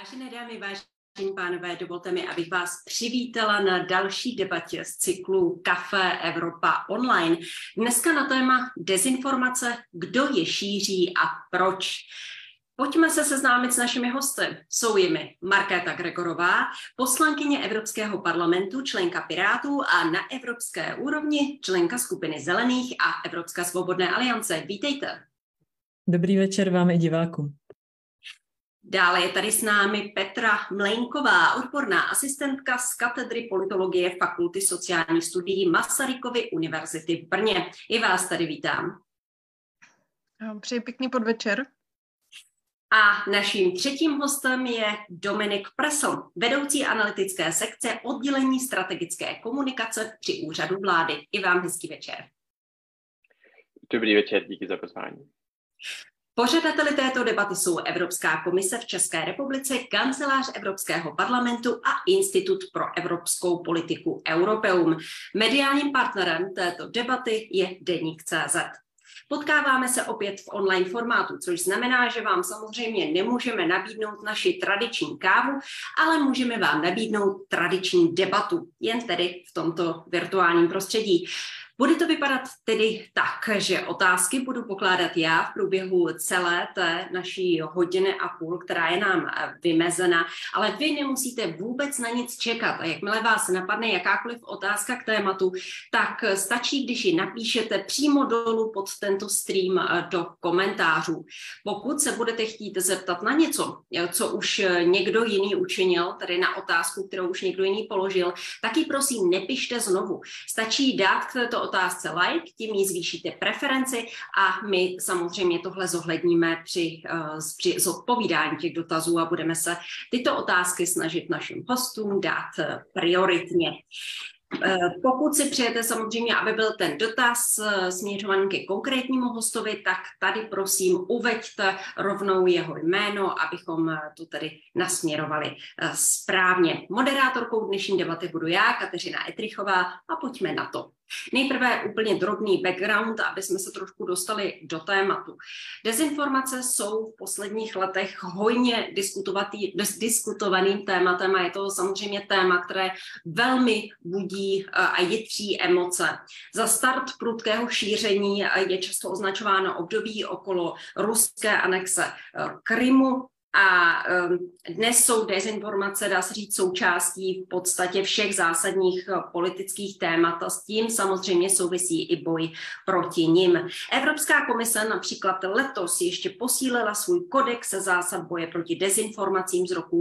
Vážené dámy, vážení pánové, dovolte mi, abych vás přivítala na další debatě z cyklu Café Evropa online. Dneska na téma dezinformace, kdo je šíří a proč. Pojďme se seznámit s našimi hosty. Jsou jimi Markéta Gregorová, poslankyně Evropského parlamentu, členka Pirátů a na evropské úrovni členka skupiny Zelených a Evropské svobodné aliance. Vítejte. Dobrý večer vám i divákům. Dále je tady s námi Petra Mlejnková, odborná asistentka z katedry politologie Fakulty sociálních studií Masarykovy univerzity v Brně. I vás tady vítám. Přeji pěkný podvečer. A naším třetím hostem je Dominik Presl, vedoucí analytické sekce oddělení strategické komunikace při úřadu vlády. I vám hezký večer. Dobrý večer, díky za pozvání. Pořadateli této debaty jsou Evropská komise v České republice, Kancelář Evropského parlamentu a Institut pro evropskou politiku Europeum. Mediálním partnerem této debaty je Deník.cz. Potkáváme se opět v online formátu, což znamená, že vám samozřejmě nemůžeme nabídnout naši tradiční kávu, ale můžeme vám nabídnout tradiční debatu, jen tedy v tomto virtuálním prostředí. Bude to vypadat tedy tak, že otázky budu pokládat já v průběhu celé té naší hodiny a půl, která je nám vymezena, ale vy nemusíte vůbec na nic čekat. A jakmile vás napadne jakákoliv otázka k tématu, tak stačí, když ji napíšete přímo dolů pod tento stream do komentářů. Pokud se budete chtít zeptat na něco, co už někdo jiný učinil, tedy na otázku, kterou už někdo jiný položil, tak ji prosím nepište znovu. Stačí dát k této otázce like, tím jí zvýšíte preferenci a my samozřejmě tohle zohledníme při zodpovídání těch dotazů a budeme se tyto otázky snažit našim hostům dát prioritně. Pokud si přejete samozřejmě, aby byl ten dotaz směřovaný ke konkrétnímu hostovi, tak tady prosím uveďte rovnou jeho jméno, abychom to tedy nasměrovali správně. Moderátorkou dnešní debaty budu já, Kateřina Etrichová, a pojďme na to. Nejprve úplně drobný background, aby jsme se trošku dostali do tématu. Dezinformace jsou v posledních letech hojně diskutovaným tématem a je to samozřejmě téma, které velmi budí a jitří emoce. Za start prudkého šíření je často označováno období okolo ruské anexe Krymu. A dnes jsou dezinformace, dá se říct, součástí v podstatě všech zásadních politických témat a s tím samozřejmě souvisí i boj proti nim. Evropská komise například letos ještě posílila svůj kodex zásad boje proti dezinformacím z roku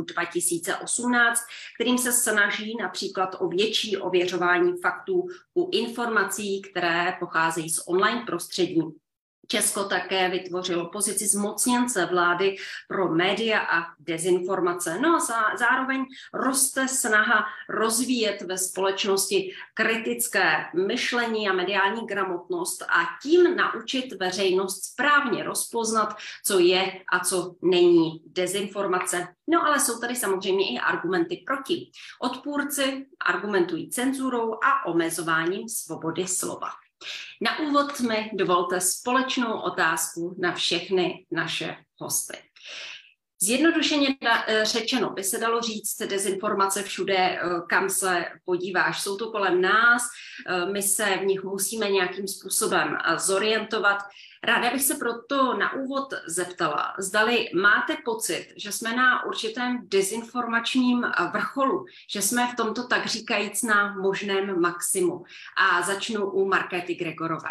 2018, kterým se snaží například o větší ověřování faktů u informací, které pocházejí z online prostředí. Česko také vytvořilo pozici zmocněnce vlády pro média a dezinformace. No a zároveň roste snaha rozvíjet ve společnosti kritické myšlení a mediální gramotnost a tím naučit veřejnost správně rozpoznat, co je a co není dezinformace. No ale jsou tady samozřejmě i argumenty proti. Odpůrci argumentují cenzurou a omezováním svobody slova. Na úvod mi dovolte společnou otázku na všechny naše hosty. Zjednodušeně řečeno by se dalo říct dezinformace všude, kam se podíváš. Jsou to kolem nás, my se v nich musíme nějakým způsobem zorientovat. Ráda bych se proto na úvod zeptala, zdali máte pocit, že jsme na určitém dezinformačním vrcholu, že jsme v tomto tak říkajíc na možném maximu. A začnu u Markéty Gregorové.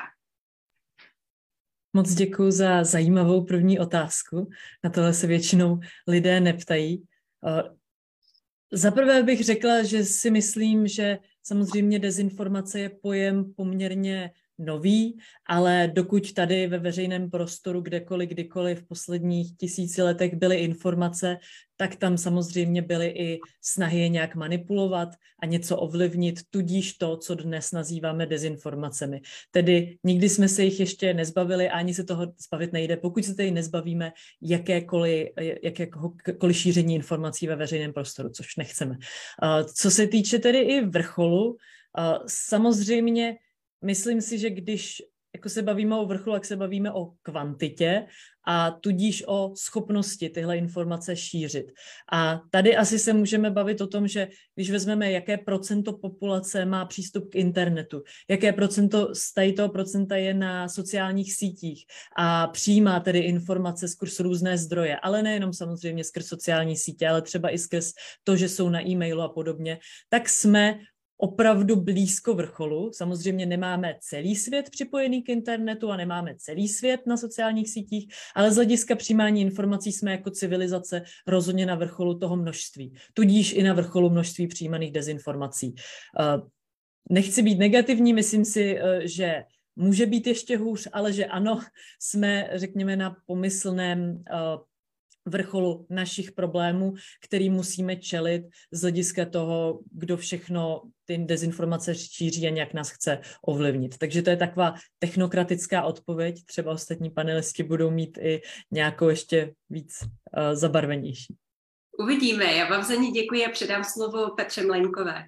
Moc děkuji za zajímavou první otázku. Na tohle se většinou lidé neptají. Zaprvé bych řekla, že si myslím, že samozřejmě dezinformace je pojem poměrně nový, ale dokud tady ve veřejném prostoru kdykoliv v posledních 1000 letech byly informace, tak tam samozřejmě byly i snahy je nějak manipulovat a něco ovlivnit, tudíž to, co dnes nazýváme dezinformacemi. Tedy nikdy jsme se jich ještě nezbavili a ani se toho zbavit nejde, pokud se tady nezbavíme jakékoliv šíření informací ve veřejném prostoru, což nechceme. Co se týče tedy i vrcholu, samozřejmě myslím si, že když jako se bavíme o vrcholu, jak se bavíme o kvantitě a tudíž o schopnosti tyhle informace šířit. A tady asi se můžeme bavit o tom, že když vezmeme, jaké procento populace má přístup k internetu, jaké procento z toho procenta je na sociálních sítích a přijímá tedy informace skrz různé zdroje, ale nejenom samozřejmě skrz sociální sítě, ale třeba i skrz to, že jsou na e-mailu a podobně, tak jsme opravdu blízko vrcholu. Samozřejmě nemáme celý svět připojený k internetu a nemáme celý svět na sociálních sítích, ale z hlediska přijímání informací jsme jako civilizace rozhodně na vrcholu toho množství. Tudíž i na vrcholu množství přijímaných dezinformací. Nechci být negativní, myslím si, že může být ještě hůř, ale že ano, jsme, řekněme, na pomyslném vrcholu našich problémů, který musíme čelit z hlediska toho, kdo všechno ty dezinformace šíří a nějak nás chce ovlivnit. Takže to je taková technokratická odpověď. Třeba ostatní panelisti budou mít i nějakou ještě víc zabarvenější. Uvidíme. Já vám za ní děkuji a předám slovo Petře Mlejnkové.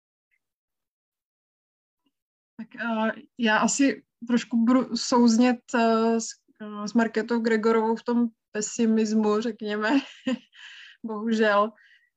Tak já asi trošku budu souznět s Markétou Gregorovou v tom pesimismu, řekněme, bohužel.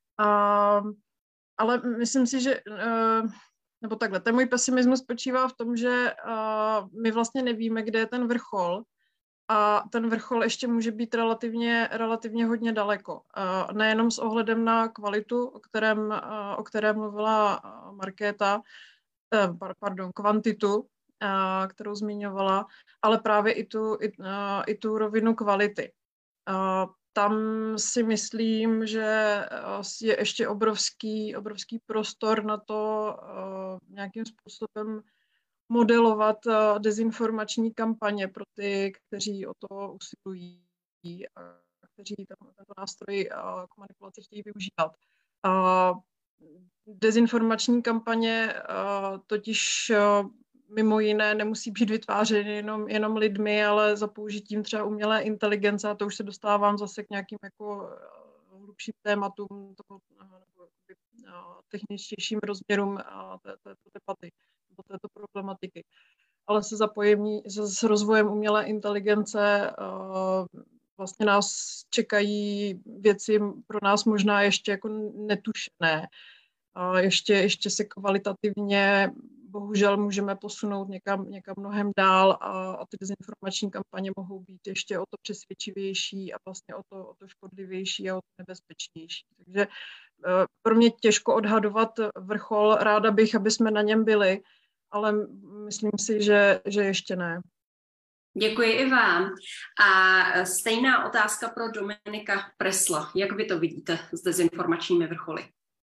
Ale myslím si, že, nebo takhle, ten můj pesimismus spočívá v tom, že my vlastně nevíme, kde je ten vrchol a ten vrchol ještě může být relativně hodně daleko. Nejenom s ohledem na kvalitu, o které mluvila Markéta, kvantitu, kterou zmiňovala, ale právě i tu rovinu kvality. Tam si myslím, že je ještě obrovský prostor na to nějakým způsobem modelovat dezinformační kampaně pro ty, kteří o to usilují a kteří tento nástroj k manipulaci chtějí využívat. Dezinformační kampaně totiž mimo jiné nemusí být vytvářeny jenom lidmi, ale za použitím třeba umělé inteligence, a to už se dostávám zase k nějakým jako hlubším tématům, techničtějším rozměrům této debaty, této problematiky. Ale s rozvojem umělé inteligence vlastně nás čekají věci pro nás možná ještě jako netušené. Ještě se kvalitativně bohužel můžeme posunout někam mnohem dál a ty dezinformační kampaně mohou být ještě o to přesvědčivější a vlastně o to škodlivější a o to nebezpečnější. Takže pro mě těžko odhadovat vrchol, ráda bych, aby jsme na něm byli, ale myslím si, že ještě ne. Děkuji i vám. A stejná otázka pro Dominika Pressla. Jak vy to vidíte s dezinformačními vrcholy?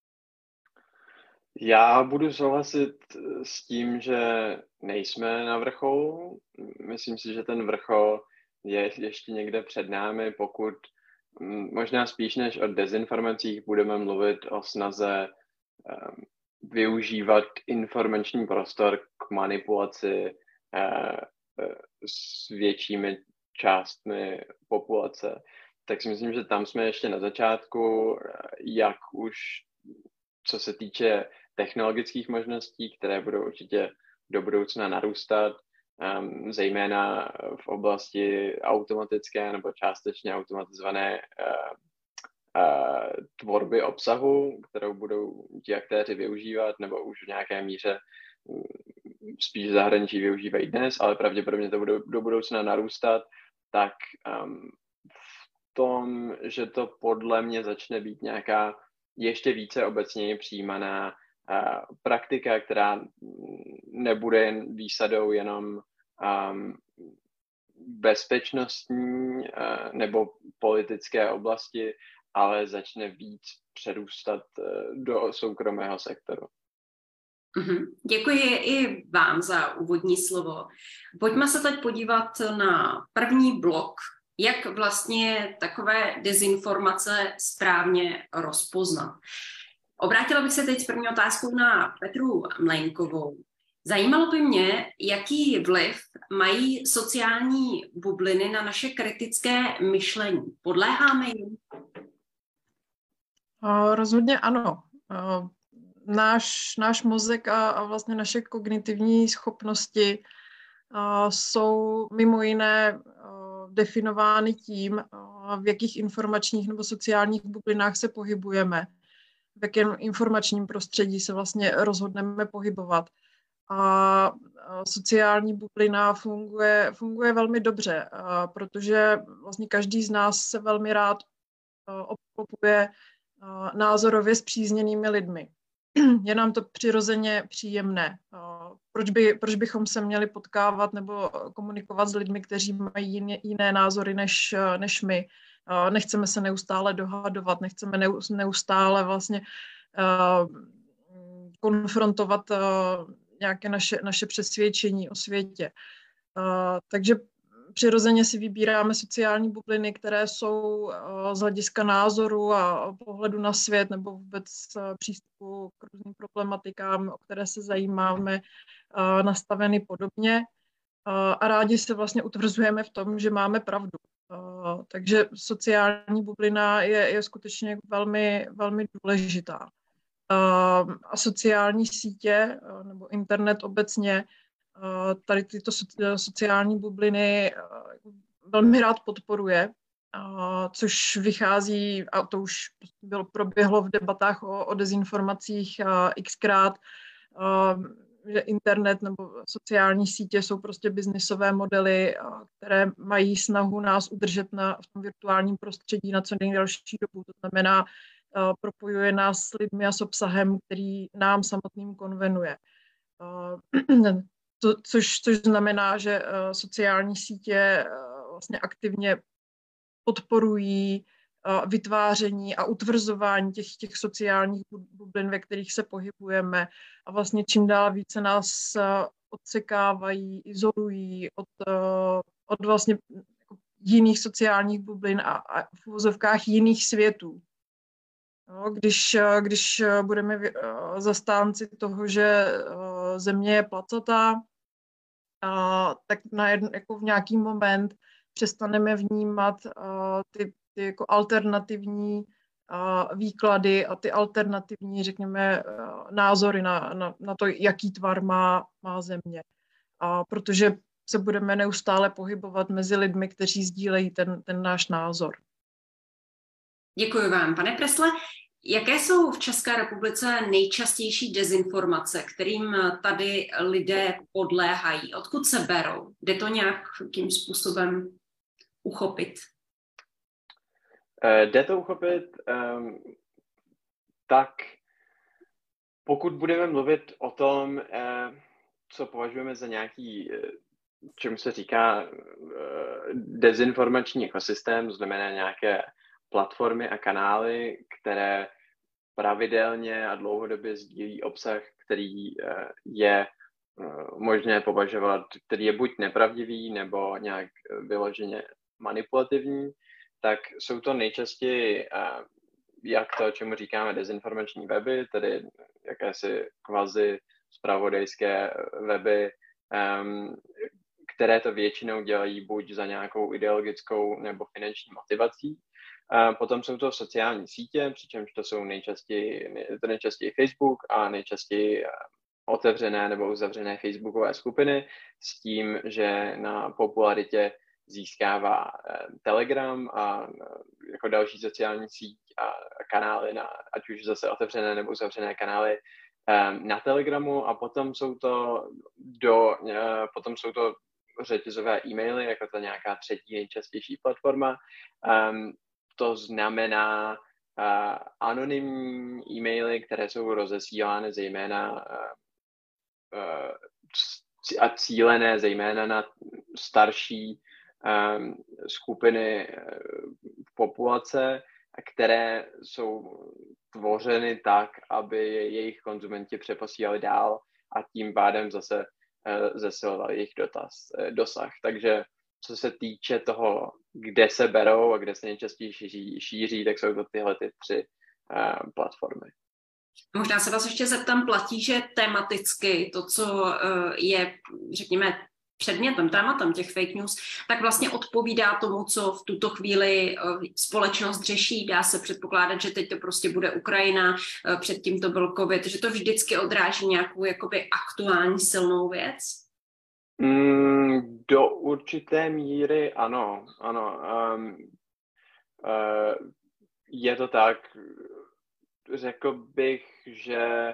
Já budu souhlasit s tím, že nejsme na vrcholu. Myslím si, že ten vrchol je ještě někde před námi, pokud možná spíš než o dezinformacích budeme mluvit o snaze využívat informační prostor k manipulaci s většími částmi populace. Tak si myslím, že tam jsme ještě na začátku, jak už co se týče technologických možností, které budou určitě do budoucna narůstat, zejména v oblasti automatické nebo částečně automatizované tvorby obsahu, kterou budou ti aktéři využívat, nebo už v nějaké míře spíš v zahraničí využívají dnes, ale pravděpodobně to bude do budoucna narůstat, tak v tom, že to podle mě začne být nějaká ještě více obecněji přijímaná praktika, která nebude jen výsadou jenom bezpečnostní nebo politické oblasti, ale začne víc přerůstat do soukromého sektoru. Děkuji i vám za úvodní slovo. Pojďme se teď podívat na první blok, jak vlastně takové dezinformace správně rozpoznat. Obrátila bych se teď s první otázkou na Petru Mlejnkovou. Zajímalo by mě, jaký vliv mají sociální bubliny na naše kritické myšlení. Podléháme jim? Rozhodně ano. Náš mozek a vlastně naše kognitivní schopnosti jsou mimo jiné definovány tím, v jakých informačních nebo sociálních bublinách se pohybujeme, v jakém informačním prostředí se vlastně rozhodneme pohybovat. A sociální bublina funguje velmi dobře, protože vlastně každý z nás se velmi rád obklopuje názorově spřízněnými lidmi. Je nám to přirozeně příjemné. Proč bychom se měli potkávat nebo komunikovat s lidmi, kteří mají jiné názory než my? Nechceme se neustále dohadovat, nechceme neustále vlastně konfrontovat nějaké naše přesvědčení o světě. Takže přirozeně si vybíráme sociální bubliny, které jsou z hlediska názoru a pohledu na svět nebo vůbec přístupu k různým problematikám, o které se zajímáme, nastaveny podobně. A rádi se vlastně utvrzujeme v tom, že máme pravdu. Takže sociální bublina je skutečně velmi, velmi důležitá. A sociální sítě nebo internet obecně tady tyto sociální bubliny velmi rád podporuje, což vychází, a to už proběhlo v debatách o dezinformacích xkrát, že internet nebo sociální sítě jsou prostě biznisové modely, které mají snahu nás udržet v tom virtuálním prostředí na co nejdelší dobu. To znamená, propojuje nás s lidmi a s obsahem, který nám samotným konvenuje. Což znamená, že sociální sítě vlastně aktivně podporují vytváření a utvrzování těch sociálních bublin, ve kterých se pohybujeme, a vlastně čím dál více nás odsekávají, izolují od vlastně jiných sociálních bublin a v uvozovkách jiných světů. No, když budeme zastánci toho, že země je placatá, tak jako v nějaký moment přestaneme vnímat ty jako alternativní výklady a ty alternativní, řekněme, názory na to, jaký tvar má země. Protože se budeme neustále pohybovat mezi lidmi, kteří sdílejí ten náš názor. Děkuji vám, pane Presle. Jaké jsou v České republice nejčastější dezinformace, kterým tady lidé podléhají? Odkud se berou? Jde to nějakým způsobem uchopit? Jde to uchopit tak, pokud budeme mluvit o tom, co považujeme za nějaký, čemu se říká dezinformační ekosystém, to znamená nějaké platformy a kanály, které pravidelně a dlouhodobě sdílí obsah, který je možné považovat, který je buď nepravdivý nebo nějak vyloženě manipulativní, tak jsou to nejčastěji jak to, čemu říkáme dezinformační weby, tedy jakési kvazi zpravodajské weby, které to většinou dělají buď za nějakou ideologickou nebo finanční motivací. Potom jsou to sociální sítě, přičemž to jsou nejčastěji Facebook a nejčastěji otevřené nebo uzavřené facebookové skupiny s tím, že na popularitě získává Telegram a jako další sociální síť a kanály, ať už zase otevřené nebo uzavřené kanály na Telegramu, a potom jsou to řetězové e-maily, jako ta nějaká třetí nejčastější platforma. To znamená anonymní e-maily, které jsou rozesílány zejména a cílené zejména na starší skupiny populace, které jsou tvořeny tak, aby jejich konzumenti přeposílali dál a tím pádem zase zesilovali jejich dosah. Takže co se týče toho, kde se berou a kde se nejčastěji šíří, tak jsou to tyhle tři platformy. Možná se vás ještě zeptám, platí, že tematicky to, co je, řekněme, předmětem, tématem těch fake news, tak vlastně odpovídá tomu, co v tuto chvíli společnost řeší. Dá se předpokládat, že teď to prostě bude Ukrajina, předtím to byl COVID, že to vždycky odráží nějakou jakoby aktuální silnou věc? Do určité míry ano. Je to tak. Řekl bych, že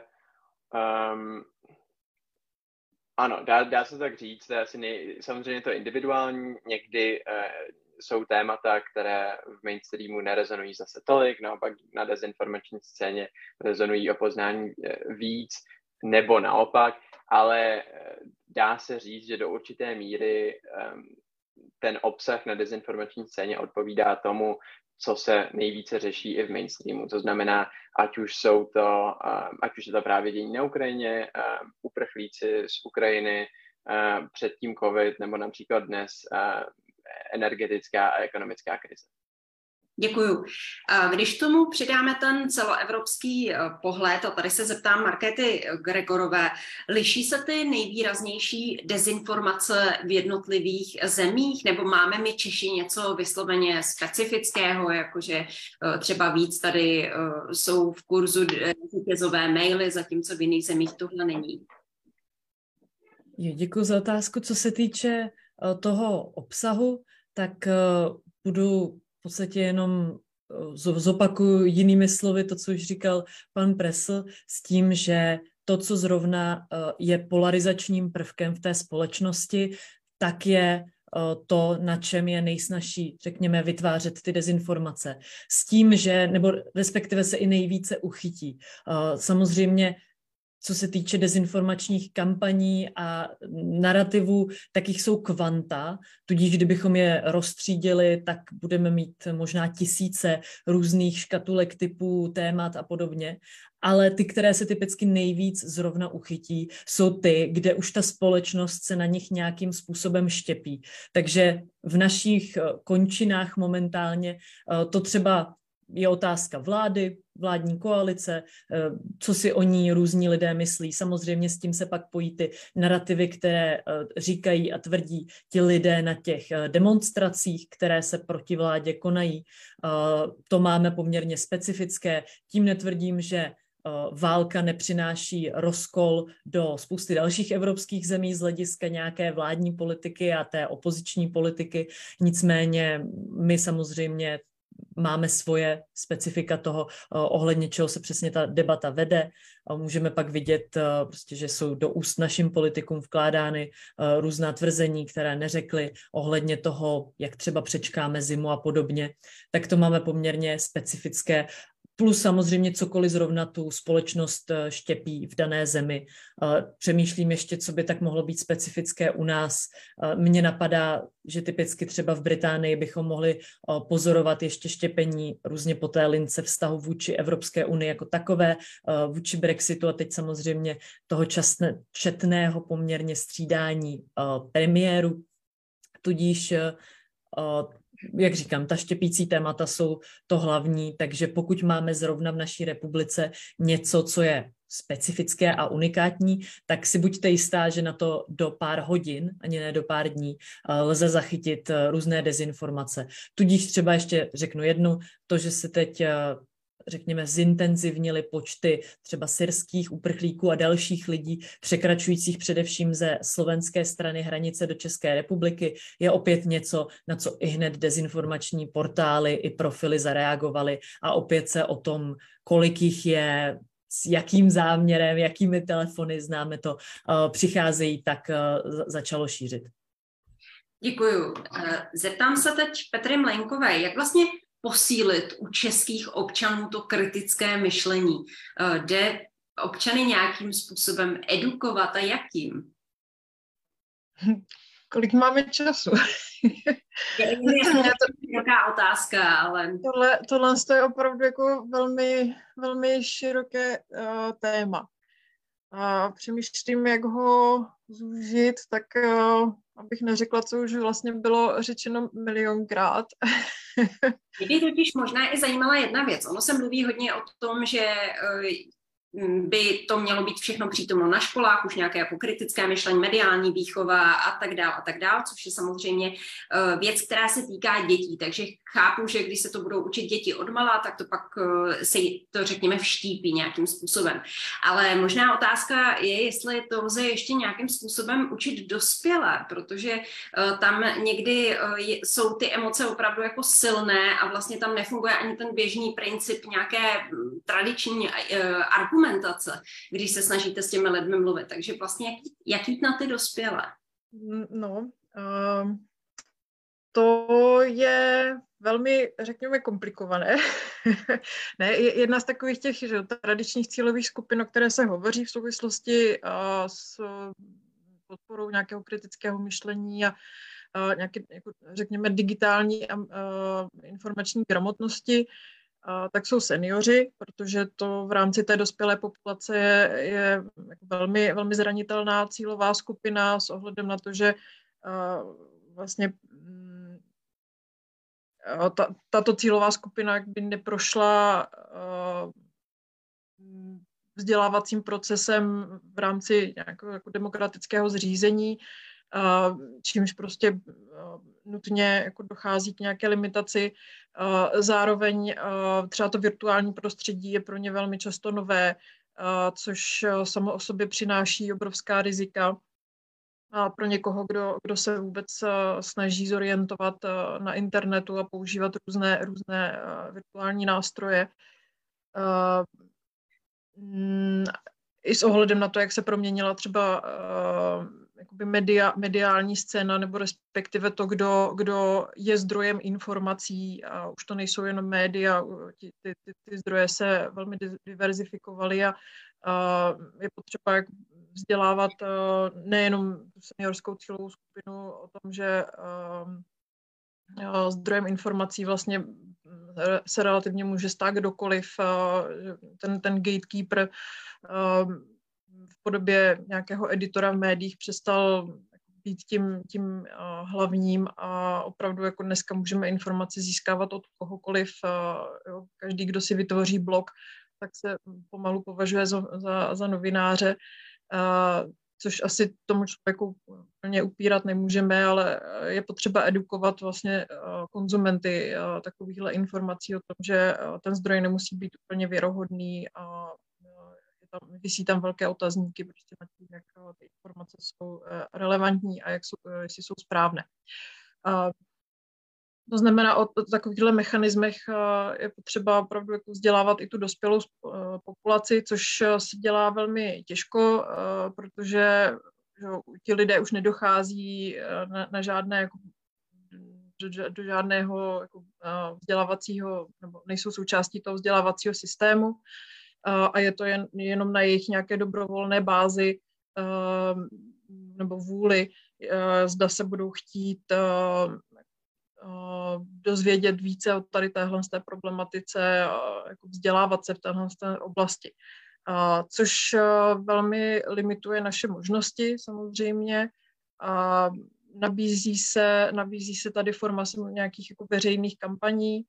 ano, dá se tak říct, samozřejmě to individuální, někdy jsou témata, které v mainstreamu nerezonují zase tolik, naopak na dezinformační scéně rezonují o poznání víc, nebo naopak, ale dá se říct, že do určité míry ten obsah na dezinformační scéně odpovídá tomu, co se nejvíce řeší i v mainstreamu. To znamená, ať už je to právě dění na Ukrajině, uprchlíci z Ukrajiny, předtím COVID, nebo například dnes energetická a ekonomická krize. Děkuju. Když tomu přidáme ten celoevropský pohled, a tady se zeptám Markéty Gregorové, liší se ty nejvýraznější dezinformace v jednotlivých zemích, nebo máme my Češi něco vysloveně specifického, jakože třeba víc tady jsou v kurzu vítězové maily, zatímco v jiných zemích tohle není? Děkuji za otázku. Co se týče toho obsahu, tak budu v podstatě jenom zopakuju jinými slovy to, co už říkal pan Pressl, s tím, že to, co zrovna je polarizačním prvkem v té společnosti, tak je to, na čem je nejsnažší, řekněme, vytvářet ty dezinformace. S tím, že, nebo respektive se i nejvíce uchytí. Samozřejmě co se týče dezinformačních kampaní a narrativů, tak jich jsou kvanta, tudíž kdybychom je rozstřídili, tak budeme mít možná tisíce různých škatulek typů, témat a podobně. Ale ty, které se typicky nejvíc zrovna uchytí, jsou ty, kde už ta společnost se na nich nějakým způsobem štěpí. Takže v našich končinách momentálně to třeba je otázka vlády, vládní koalice, co si o ní různí lidé myslí. Samozřejmě s tím se pak pojí ty narrativy, které říkají a tvrdí ti lidé na těch demonstracích, které se proti vládě konají. To máme poměrně specifické. Tím netvrdím, že válka nepřináší rozkol do spousty dalších evropských zemí z hlediska nějaké vládní politiky a té opoziční politiky. Nicméně my samozřejmě máme svoje specifika toho, ohledně čeho se přesně ta debata vede. Můžeme pak vidět, prostě, že jsou do úst našim politikům vkládány různá tvrzení, které neřekli ohledně toho, jak třeba přečkáme zimu a podobně. Tak to máme poměrně specifické. Plus samozřejmě cokoliv zrovna tu společnost štěpí v dané zemi. Přemýšlím ještě, co by tak mohlo být specifické u nás. Mně napadá, že typicky třeba v Británii bychom mohli pozorovat ještě štěpení různě po té lince vztahu vůči Evropské unii jako takové, vůči Brexitu a teď samozřejmě toho četného poměrně střídání premiéru. Tudíž jak říkám, ta štěpící témata jsou to hlavní, takže pokud máme zrovna v naší republice něco, co je specifické a unikátní, tak si buďte jistá, že na to do pár hodin, ani ne do pár dní, lze zachytit různé dezinformace. Tudíž třeba ještě řeknu jednu, to, že se teď řekněme, zintenzivnily počty třeba syrských uprchlíků a dalších lidí, překračujících především ze slovenské strany hranice do České republiky, je opět něco, na co ihned dezinformační portály i profily zareagovaly a opět se o tom, kolik jich je, s jakým záměrem, jakými telefony, známe to, přicházejí, tak začalo šířit. Děkuju. Zeptám se teď Petry Mlejnkové, jak vlastně posílit u českých občanů to kritické myšlení? Jde občany nějakým způsobem edukovat a jakým? Kolik máme času? Je velká otázka, ale... Tohle je opravdu jako velmi, velmi široké téma. A přemýšlím, jak ho zúžit, tak abych neřekla, co už vlastně bylo řečeno milionkrát. Mě by totiž možná i zajímala jedna věc. Ono se mluví hodně o tom, že by to mělo být všechno přítomno na školách, už nějaké jako kritické myšlení, mediální výchova a tak dál, což je samozřejmě věc, která se týká dětí. Takže chápu, že když se to budou učit děti odmala, tak to pak se to, řekněme, vštípí nějakým způsobem. Ale možná otázka je, jestli to lze ještě nějakým způsobem učit dospělé, protože tam někdy jsou ty emoce opravdu jako silné a vlastně tam nefunguje ani ten běžný princip nějaké tradiční argumentace, když se snažíte s těmi lidmi mluvit. Takže vlastně jak jít na ty dospělé? No, to je velmi, řekněme, komplikované. Ne, jedna z takových těch tradičních cílových skupin, o které se hovoří v souvislosti s podporou nějakého kritického myšlení a nějaké, jako, řekněme, digitální informační gramotnosti, tak jsou seniori, protože to v rámci té dospělé populace je jako velmi, velmi zranitelná cílová skupina s ohledem na to, že vlastně tato cílová skupina by neprošla vzdělávacím procesem v rámci nějakého jako demokratického zřízení, čímž prostě nutně jako dochází k nějaké limitaci. Zároveň třeba to virtuální prostředí je pro ně velmi často nové, což samo o sobě přináší obrovská rizika. A pro někoho, kdo se vůbec snaží zorientovat na internetu a používat různé virtuální nástroje. I s ohledem na to, jak se proměnila třeba jakoby mediální scéna, nebo respektive to, kdo je zdrojem informací, a už to nejsou jenom média, ty zdroje se velmi diverzifikovaly a je potřeba vzdělávat nejenom seniorskou cílovou skupinu o tom, že zdrojem informací vlastně se relativně může stát kdokoliv. Ten gatekeeper v podobě nějakého editora v médiích přestal být tím hlavním a opravdu jako dneska můžeme informaci získávat od kohokoliv. Každý, kdo si vytvoří blog, tak se pomalu považuje za novináře, což asi tomu člověku úplně upírat nemůžeme, ale je potřeba edukovat vlastně konzumenty takovýchhle informací o tom, že ten zdroj nemusí být úplně věrohodný a visí tam velké otazníky prostě nad tím, jak ty informace jsou relevantní a jestli jsou správné. To znamená, o takovýchhle mechanismech je potřeba opravdu jako vzdělávat i tu dospělou populaci, což se dělá velmi těžko, protože ti lidé už nedochází na žádné jako, do žádného jako vzdělávacího, nebo nejsou součástí toho vzdělávacího systému a je to jenom na jejich nějaké dobrovolné bázi nebo vůli, zda se budou chtít dozvědět více o tady téhle problematice a jako vzdělávat se v téhle oblasti. Což velmi limituje naše možnosti samozřejmě. Nabízí se tady forma nějakých jako veřejných kampaní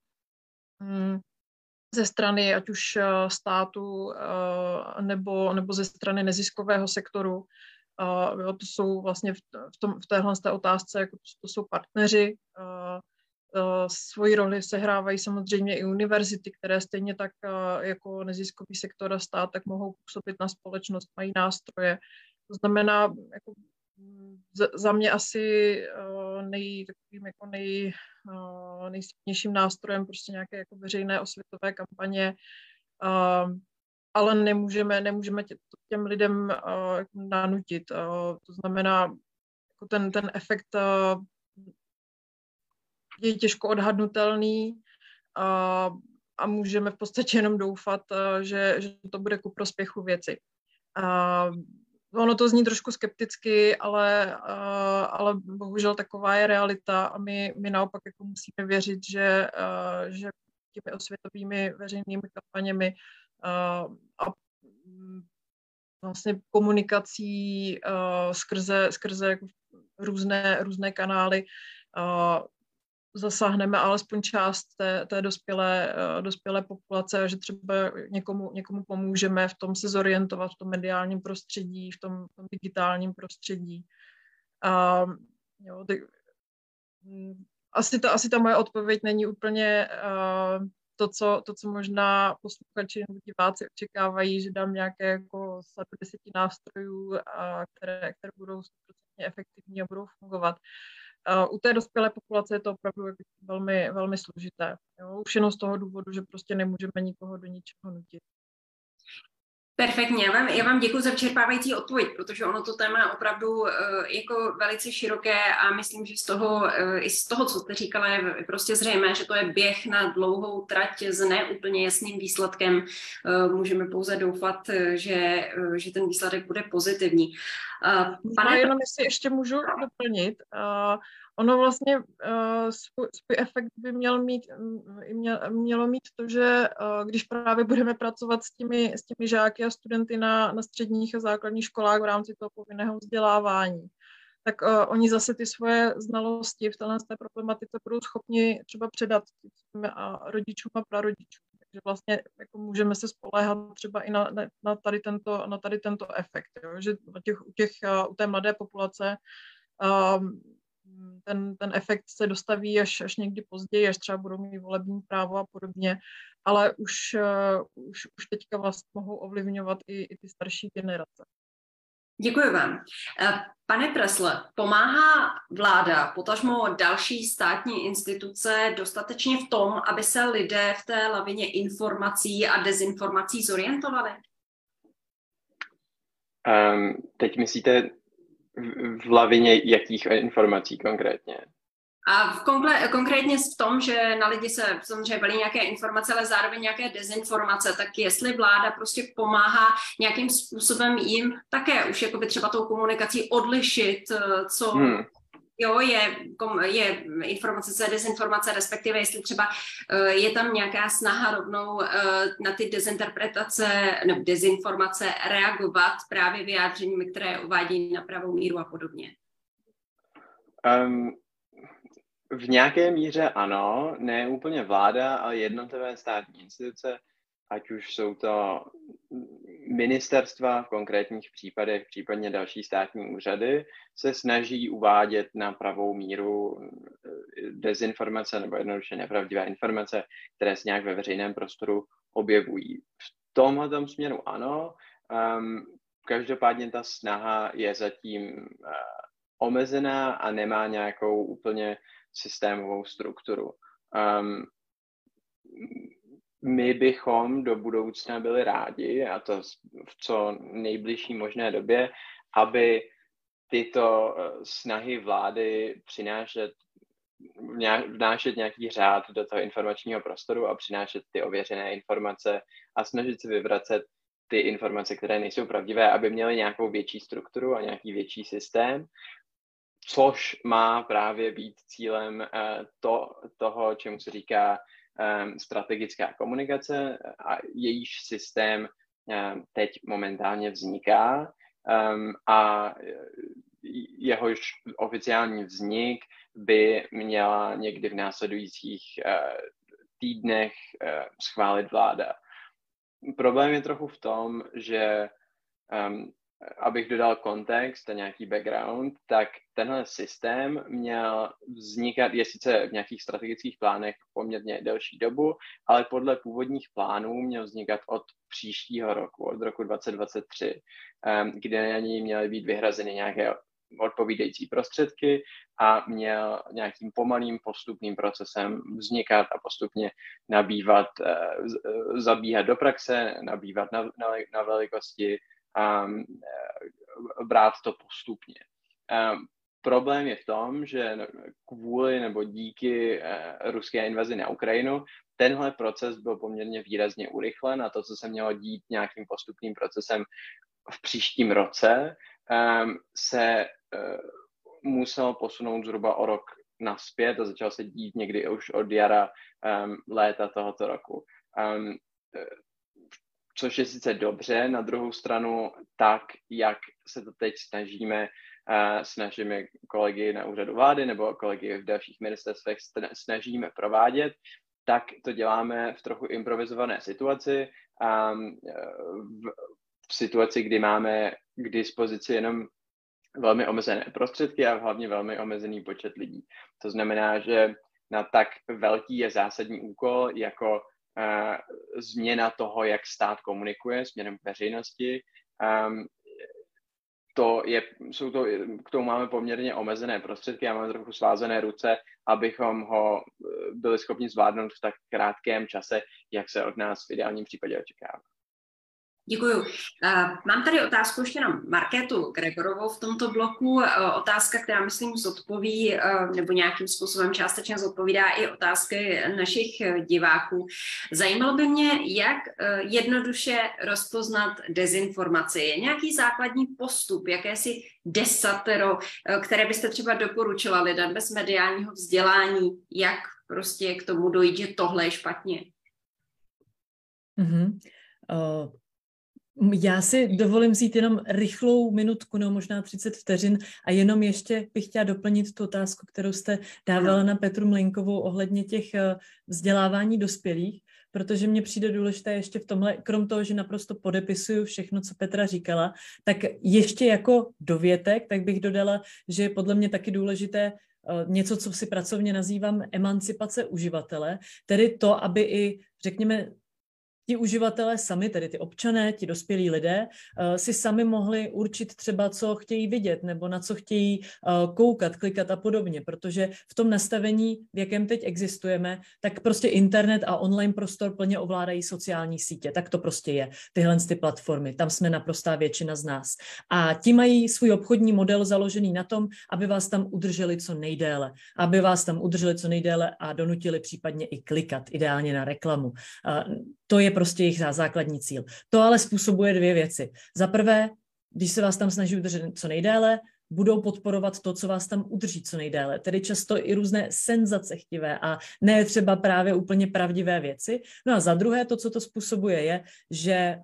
ze strany ať už státu nebo ze strany neziskového sektoru. To jsou vlastně v téhle otázce, jako to jsou partneři. Svoji roli sehrávají samozřejmě i univerzity, které stejně tak jako neziskový sektor a stát, tak mohou působit na společnost, mají nástroje. To znamená, jako za mě asi nejsilnějším nástrojem prostě nějaké jako veřejné osvětové kampaně, ale nemůžeme těm lidem nanutit. To znamená, jako ten efekt je těžko odhadnutelný a můžeme v podstatě jenom doufat, že to bude ku prospěchu věci. Ono to zní trošku skepticky, ale bohužel taková je realita a my naopak jako musíme věřit, že těmi osvětovými veřejnými kampaněmi a vlastně komunikací skrze jako různé kanály zasáhneme alespoň část té dospělé populace a že třeba někomu pomůžeme v tom se zorientovat v tom mediálním prostředí, v tom digitálním prostředí. A jo, asi ta moje odpověď není úplně to, co možná posluchači nebo diváci očekávají, že dám nějaké jako sadu 10 nástrojů, které budou 100% efektivní a budou fungovat. U té dospělé populace je to opravdu velmi, velmi složité. Jo? Už jenom z toho důvodu, že prostě nemůžeme nikoho do ničeho nutit. Perfektně, já vám děkuji za vyčerpávající odpověď, protože ono to téma je opravdu jako velice široké a myslím, že i z toho, co jste říkala, je prostě zřejmé, že to je běh na dlouhou trať s neúplně jasným výsledkem. Můžeme pouze doufat, že ten výsledek bude pozitivní. Jenom jestli ještě můžu doplnit. Ono vlastně svůj efekt by mělo mít to, že když právě budeme pracovat s těmi žáky a studenty na středních a základních školách v rámci toho povinného vzdělávání, tak oni zase ty svoje znalosti v té problematice budou schopni třeba předat rodičům a prarodičům. Takže vlastně jako můžeme se spoléhat třeba i na tady tento efekt, jo? Že u té mladé populace ten efekt se dostaví až někdy později, až třeba budou mít volební právo a podobně, ale už teďka vlastně mohou ovlivňovat i ty starší generace. Děkuji vám. Pane Pressle, pomáhá vláda, potažmo další státní instituce dostatečně v tom, aby se lidé v té lavině informací a dezinformací zorientovali? Teď myslíte v lavině jakých informací konkrétně? A konkrétně v tom, že na lidi se samozřejmě valí nějaké informace, ale zároveň nějaké dezinformace, tak jestli vláda prostě pomáhá nějakým způsobem jim také už jakoby třeba tou komunikací odlišit, co je informace, co je dezinformace, respektive jestli třeba je tam nějaká snaha rovnou na ty dezinterpretace nebo dezinformace reagovat právě vyjádřeními, které uvádí na pravou míru a podobně. V nějaké míře ano, ne úplně vláda, ale jednotlivé státní instituce, ať už jsou to ministerstva v konkrétních případech, případně další státní úřady, se snaží uvádět na pravou míru dezinformace nebo jednoduše nepravdivé informace, které se nějak ve veřejném prostoru objevují. V tomhletom směru ano, každopádně ta snaha je zatím omezená a nemá nějakou úplně systémovou strukturu. My bychom do budoucna byli rádi, a to v co nejbližší možné době, aby tyto snahy vlády vnášet nějaký řád do toho informačního prostoru a přinášet ty ověřené informace a snažit se vyvracet ty informace, které nejsou pravdivé, aby měly nějakou větší strukturu a nějaký větší systém, což má právě být cílem toho, čemu se říká strategická komunikace a jejíž systém teď momentálně vzniká a jehož oficiální vznik by měla někdy v následujících týdnech schválit vláda. Problém je trochu v tom, že abych dodal kontext a nějaký background, tak tenhle systém měl vznikat, je sice v nějakých strategických plánech poměrně delší dobu, ale podle původních plánů měl vznikat od příštího roku, od roku 2023, kde na něj měly být vyhrazeny nějaké odpovídající prostředky a měl nějakým pomalým postupným procesem vznikat a postupně zabíhat do praxe, nabývat na velikosti, brát to postupně. Problém je v tom, že kvůli nebo díky ruské invazi na Ukrajinu tenhle proces byl poměrně výrazně urychlen a to, co se mělo dít nějakým postupným procesem v příštím roce, se muselo posunout zhruba o rok nazpět a začalo se dít někdy už od jara léta tohoto roku. Což je sice dobře, na druhou stranu tak, jak se to teď snažíme s našimi kolegy na úřadu vlády nebo kolegy v dalších ministerstvech snažíme provádět, tak to děláme v trochu improvizované situaci, v situaci, kdy máme k dispozici jenom velmi omezené prostředky a hlavně velmi omezený počet lidí. To znamená, že na tak velký je zásadní úkol jako změna toho, jak stát komunikuje směrem k veřejnosti. K tomu máme poměrně omezené prostředky a máme trochu svázané ruce, abychom ho byli schopni zvládnout v tak krátkém čase, jak se od nás v ideálním případě očekává. Děkuju. Mám tady otázku ještě na Markétu Gregorovou v tomto bloku. Otázka, která myslím zodpoví, nebo nějakým způsobem částečně zodpovídá i otázky našich diváků. Zajímalo by mě, jak jednoduše rozpoznat dezinformaci. Je nějaký základní postup, jakési desatero, které byste třeba doporučila lidem bez mediálního vzdělání, jak prostě k tomu dojít, že tohle je špatně? Já si dovolím vzít jenom rychlou minutku, no možná 30 vteřin a jenom ještě bych chtěla doplnit tu otázku, kterou jste dávala na Petru Mlejnkovou ohledně těch vzdělávání dospělých, protože mně přijde důležité ještě v tomhle, krom toho, že naprosto podepisuju všechno, co Petra říkala, tak ještě jako dovětek, tak bych dodala, že je podle mě taky důležité něco, co si pracovně nazývám emancipace uživatele, tedy to, aby i, řekněme, ti uživatelé sami, tedy ty občané, ti dospělí lidé, si sami mohli určit třeba, co chtějí vidět, nebo na co chtějí koukat, klikat a podobně, protože v tom nastavení, v jakém teď existujeme, tak prostě internet a online prostor plně ovládají sociální sítě. Tak to prostě je, tyhle ty platformy. Tam jsme naprostá většina z nás. A ti mají svůj obchodní model založený na tom, aby vás tam udrželi co nejdéle. Aby vás tam udrželi co nejdéle a donutili případně i klikat, ideálně na reklamu. To je prostě jejich základní cíl. To ale způsobuje dvě věci. Za prvé, když se vás tam snaží udržet co nejdéle, budou podporovat to, co vás tam udrží co nejdéle. Tedy často i různé senzacechtivé a ne třeba právě úplně pravdivé věci. No a za druhé, to, co to způsobuje, je, že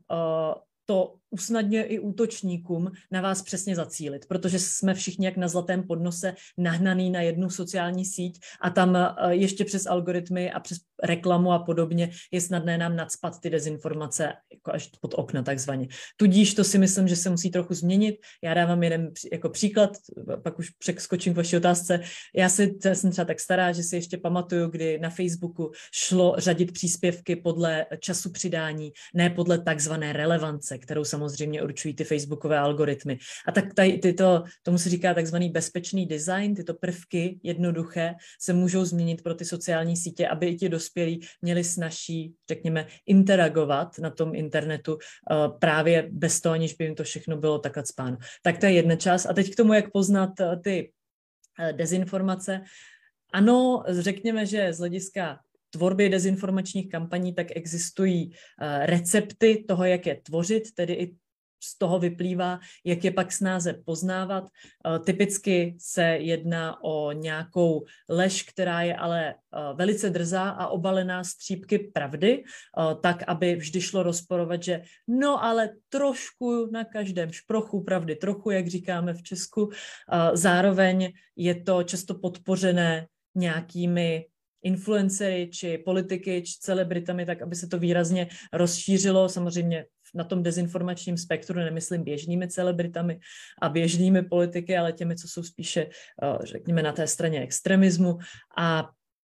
to usnadňuje i útočníkům na vás přesně zacílit, protože jsme všichni jak na zlatém podnose nahnaný na jednu sociální síť a tam ještě přes algoritmy a přes reklamu a podobně je snadné nám nacpat ty dezinformace jako až pod okna takzvaně. Tudíž to si myslím, že se musí trochu změnit. Já dávám jeden jako příklad, pak už přeskočím k vaší otázce. Já jsem třeba tak stará, že si ještě pamatuju, kdy na Facebooku šlo řadit příspěvky podle času přidání, ne podle takzvané relevance, kterou samozřejmě určují ty facebookové algoritmy. A tak tomu se říká takzvaný bezpečný design, tyto prvky jednoduché se můžou změnit pro ty sociální sítě, aby i ti dospělí měli snazší, řekněme, interagovat na tom internetu právě bez toho, aniž by jim to všechno bylo tak cpáno. Tak to je jedna část. A teď k tomu, jak poznat ty dezinformace. Ano, řekněme, že z hlediska tvorby dezinformačních kampaní, tak existují recepty toho, jak je tvořit, tedy i z toho vyplývá, jak je pak snáze poznávat. Typicky se jedná o nějakou lež, která je ale velice drzá a obalená střípky pravdy, tak, aby vždy šlo rozporovat, že no ale trošku na každém šprochu pravdy, trochu, jak říkáme v Česku. Zároveň je to často podpořené nějakými influencery, či politiky, či celebritami, tak aby se to výrazně rozšířilo. Samozřejmě na tom dezinformačním spektru nemyslím běžnými celebritami a běžnými politiky, ale těmi, co jsou spíše, řekněme, na té straně extremismu. A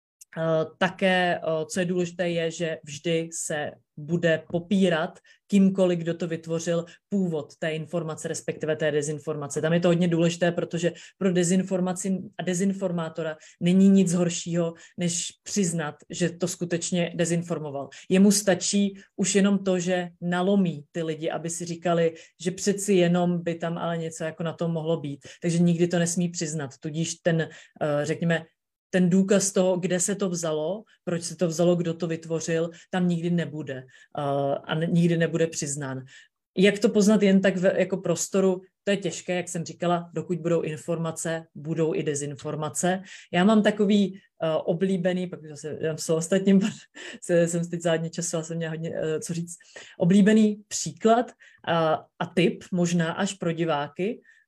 také, co je důležité, je, že vždy se bude popírat kýmkoliv, kdo to vytvořil, původ té informace, respektive té dezinformace. Tam je to hodně důležité, protože pro dezinformaci a dezinformátora není nic horšího, než přiznat, že to skutečně dezinformoval. Jemu stačí už jenom to, že nalomí ty lidi, aby si říkali, že přeci jenom by tam ale něco jako na tom mohlo být. Takže nikdy to nesmí přiznat. Tudíž ten, řekněme, ten důkaz toho, kde se to vzalo, proč se to vzalo, kdo to vytvořil, tam nikdy nebude a nikdy nebude přiznán. Jak to poznat jen tak jako prostoru, to je těžké, jak jsem říkala, dokud budou informace, budou i dezinformace. Já mám takový oblíbený, pak zase dám se ostatním, jsem teď za hodně času a jsem měla hodně co říct, oblíbený příklad a tip, možná až pro diváky,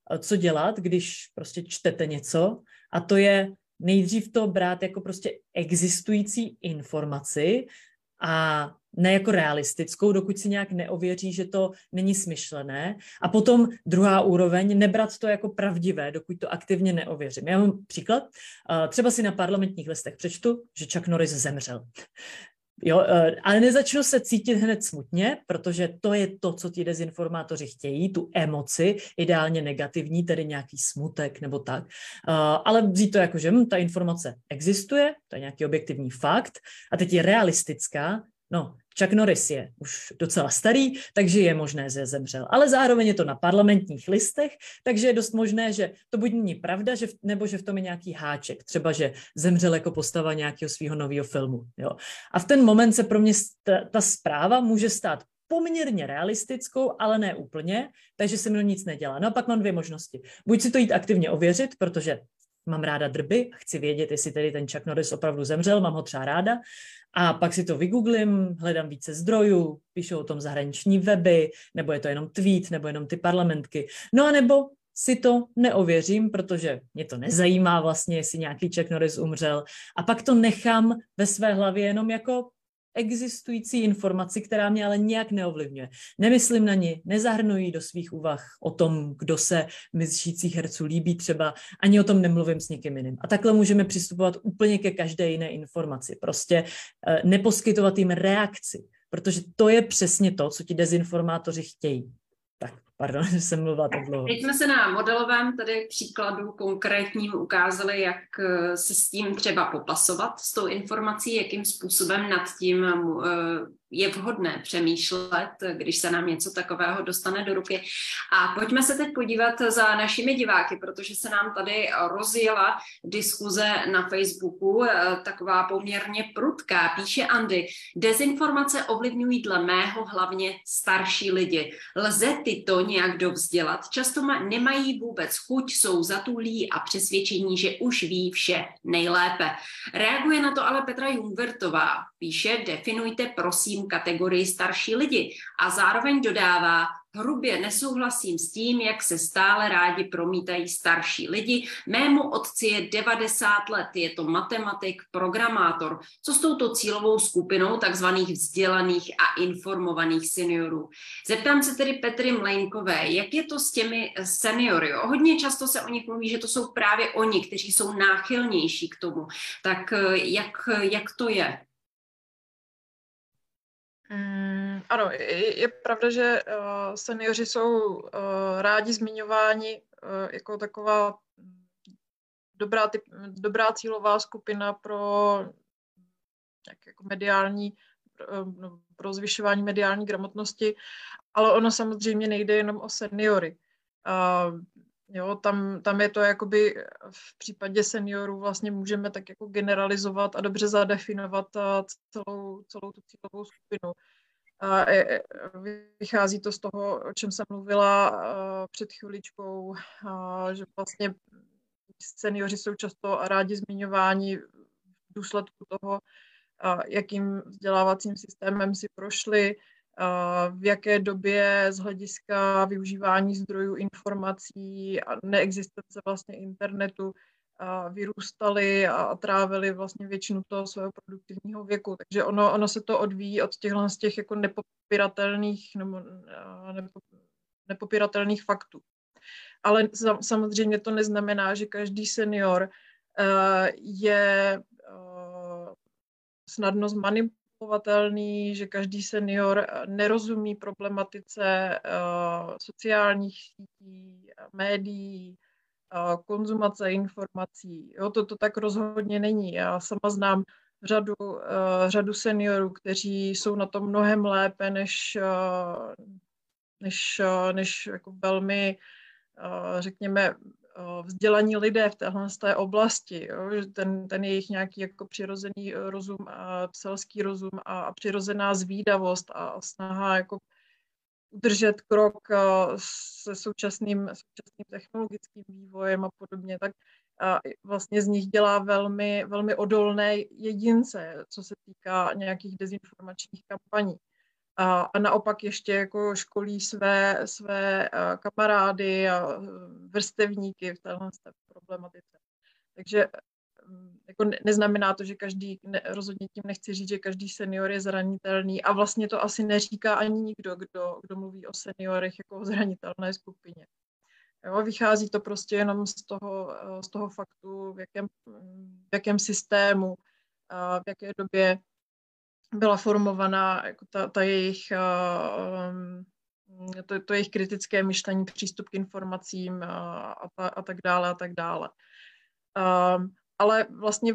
co dělat, když prostě čtete něco, a to je nejdřív to brát jako prostě existující informaci a ne jako realistickou, dokud si nějak neověří, že to není smyšlené. A potom druhá úroveň, nebrat to jako pravdivé, dokud to aktivně neověřím. Já mám příklad. Třeba si na Parlamentních listech přečtu, že Chuck Norris zemřel. Jo, ale nezačnu se cítit hned smutně, protože to je to, co ti dezinformátoři chtějí, tu emoci, ideálně negativní, tedy nějaký smutek nebo tak. Ale vzít to jako, že ta informace existuje, to je nějaký objektivní fakt, a teď je realistická. No, Chuck Norris je už docela starý, takže je možné, že zemřel. Ale zároveň je to na Parlamentních listech, takže je dost možné, že to buď není pravda, nebo že v tom je nějaký háček. Třeba, že zemřel jako postava nějakého svého nového filmu. Jo. A v ten moment se pro mě ta zpráva může stát poměrně realistickou, ale ne úplně, takže se mnou nic nedělá. No a pak mám dvě možnosti. Buď si to jít aktivně ověřit, protože mám ráda drby, chci vědět, jestli tedy ten Chuck Norris opravdu zemřel, mám ho třeba ráda, a pak si to vygooglím, hledám více zdrojů, píšou o tom zahraniční weby, nebo je to jenom tweet, nebo jenom ty parlamentky. No a nebo si to neověřím, protože mě to nezajímá vlastně, jestli nějaký Chuck Norris umřel, a pak to nechám ve své hlavě jenom jako existující informaci, která mě ale nějak neovlivňuje. Nemyslím na ní, nezahrnuji do svých úvah o tom, kdo se mi z žijících herců líbí třeba, ani o tom nemluvím s nikým jiným. A takhle můžeme přistupovat úplně ke každé jiné informaci. Prostě neposkytovat jim reakci, protože to je přesně to, co ti dezinformátoři chtějí. Tak, pardon, že jsem mluvila tak dlouho. Teď jsme se na modelovém tady příkladu konkrétním ukázali, jak se s tím třeba popasovat, s tou informací, jakým způsobem nad tím je vhodné přemýšlet, když se nám něco takového dostane do ruky. A pojďme se teď podívat za našimi diváky, protože se nám tady rozjela diskuze na Facebooku, taková poměrně prudká. Píše Andy, dezinformace ovlivňují dle mého hlavně starší lidi. Lze tyto nějak dovzdělat? Často nemají vůbec chuť, jsou zatulí a přesvědčení, že už ví vše nejlépe. Reaguje na to ale Petra Jungwirthová. Píše, definujte prosím kategorii starší lidi, a zároveň dodává, hrubě nesouhlasím s tím, jak se stále rádi promítají starší lidi. Mému otci je 90 let, je to matematik, programátor. Co s touto cílovou skupinou takzvaných vzdělaných a informovaných seniorů? Zeptám se tedy Petry Mlejnkové, jak je to s těmi seniory? Hodně často se o nich mluví, že to jsou právě oni, kteří jsou náchylnější k tomu. Tak jak to je? Ano, je pravda, že seniori jsou rádi zmiňováni jako taková dobrá cílová skupina pro jako mediální, pro zvyšování mediální gramotnosti, ale ono samozřejmě nejde jenom o seniory. Jo, tam je to jakoby v případě seniorů vlastně můžeme tak jako generalizovat a dobře zadefinovat celou tu cílovou skupinu. Vychází to z toho, o čem jsem mluvila před chviličkou, že vlastně seniori jsou často rádi zmiňováni v důsledku toho, jakým vzdělávacím systémem si prošli, v jaké době z hlediska využívání zdrojů informací a neexistence vlastně internetu vyrůstali a trávili vlastně většinu toho svého produktivního věku. Takže ono se to odvíjí od z těch jako nepopiratelných faktů. Ale samozřejmě to neznamená, že každý senior je snadno zmanipulovatelný, že každý senior nerozumí problematice sociálních sítí, médií, konzumace informací. Jo, to tak rozhodně není. Já sama znám řadu seniorů, kteří jsou na tom mnohem lépe než jako velmi, řekněme, vzdělaní lidé v téhle oblasti. Jo, že ten jejich nějaký jako přirozený rozum, selský rozum a přirozená zvídavost a snaha jako udržet krok se současným technologickým vývojem a podobně, tak vlastně z nich dělá velmi, velmi odolné jedince, co se týká nějakých dezinformačních kampaní. a naopak ještě jako školí své kamarády a vrstevníky v téhle problematice. Takže jako neznamená to, že rozhodně tím nechci říct, že každý senior je zranitelný a vlastně to asi neříká ani nikdo, kdo mluví o seniorech jako o zranitelné skupině. Jo, vychází to prostě jenom z toho faktu, v jakém systému, v jaké době byla formovaná jako to jejich kritické myšlení, přístup k informacím a tak dále a tak dále. Ale vlastně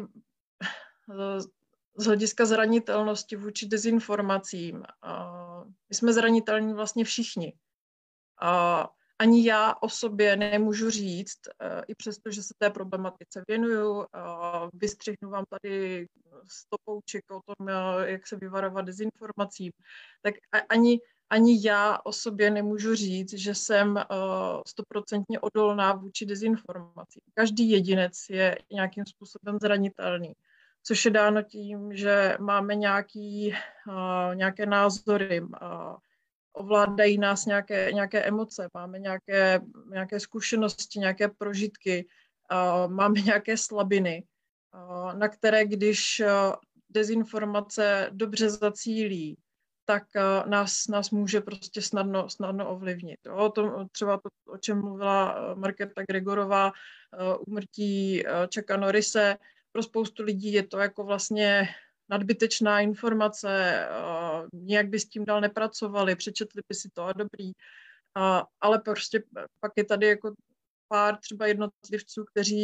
z hlediska zranitelnosti vůči dezinformacím, my jsme zranitelní vlastně všichni. Ani já o sobě nemůžu říct, i přesto, že se té problematice věnuju, vystřihnu vám tady 100 pouček o tom, jak se vyvarovat dezinformacím, tak ani já o sobě nemůžu říct, že jsem 100% odolná vůči dezinformacím. Každý jedinec je nějakým způsobem zranitelný, což je dáno tím, že máme nějaké názory, ovládají nás nějaké emoce, máme nějaké zkušenosti, nějaké prožitky, máme nějaké slabiny, na které když dezinformace dobře zacílí, tak nás může prostě snadno ovlivnit. Třeba to, o čem mluvila Markéta Gregorová, úmrtí Chucka Norrise, pro spoustu lidí je to jako vlastně nadbytečná informace, nějak by s tím dál nepracovali, přečetli by si to a dobrý. Ale prostě pak je tady jako pár třeba jednotlivců,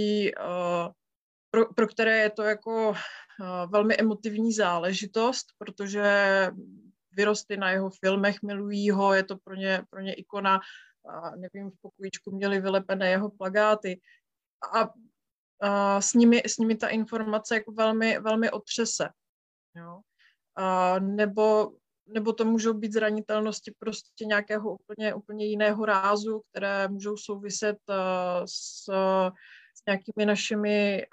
pro které je to jako velmi emotivní záležitost, protože vyrostly na jeho filmech, milují ho, je to pro ně ikona, nevím, v pokojíčku měli vylepené jeho plakáty. A s nimi ta informace jako velmi, velmi otřese. Jo? Nebo to můžou být zranitelnosti prostě nějakého úplně jiného rázu, které můžou souviset s nějakými našimi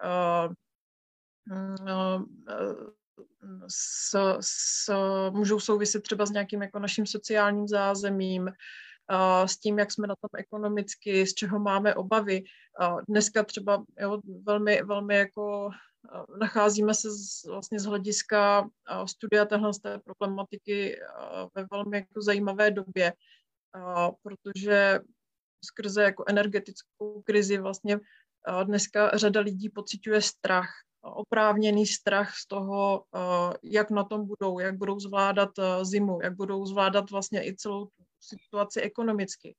můžou souviset třeba s nějakým jako naším sociálním zázemím, s tím, jak jsme na tom ekonomicky, z čeho máme obavy. Dneska třeba velmi, velmi jako nacházíme se vlastně z hlediska studia téhle problematiky ve velmi jako zajímavé době, protože skrze jako energetickou krizi vlastně dneska řada lidí pociťuje strach, oprávněný strach z toho, jak na tom budou, jak budou zvládat zimu, jak budou zvládat vlastně i celou situaci ekonomicky.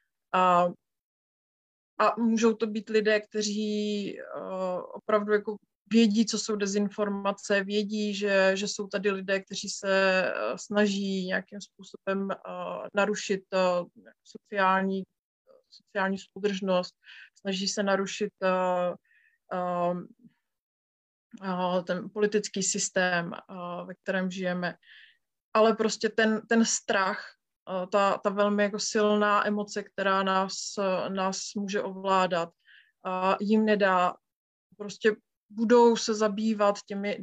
A můžou to být lidé, kteří opravdu jako vědí, co jsou dezinformace, vědí, že jsou tady lidé, kteří se snaží nějakým způsobem narušit sociální soudržnost, snaží se narušit ten politický systém, ve kterém žijeme. Ale prostě ten strach, ta velmi jako silná emoce, která nás může ovládat, jim nedá. Prostě budou se zabývat těmi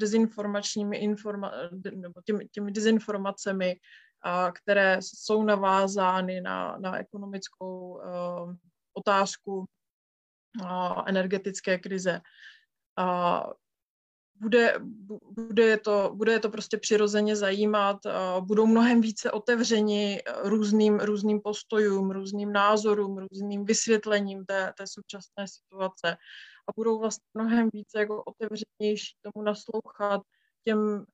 těmi dezinformacemi, které jsou navázány na ekonomickou otázku energetické krize. Bude je to prostě přirozeně zajímat, budou mnohem více otevřeni různým postojům, různým názorům, různým vysvětlením té současné situace a budou vlastně mnohem více jako otevřenější tomu naslouchat těm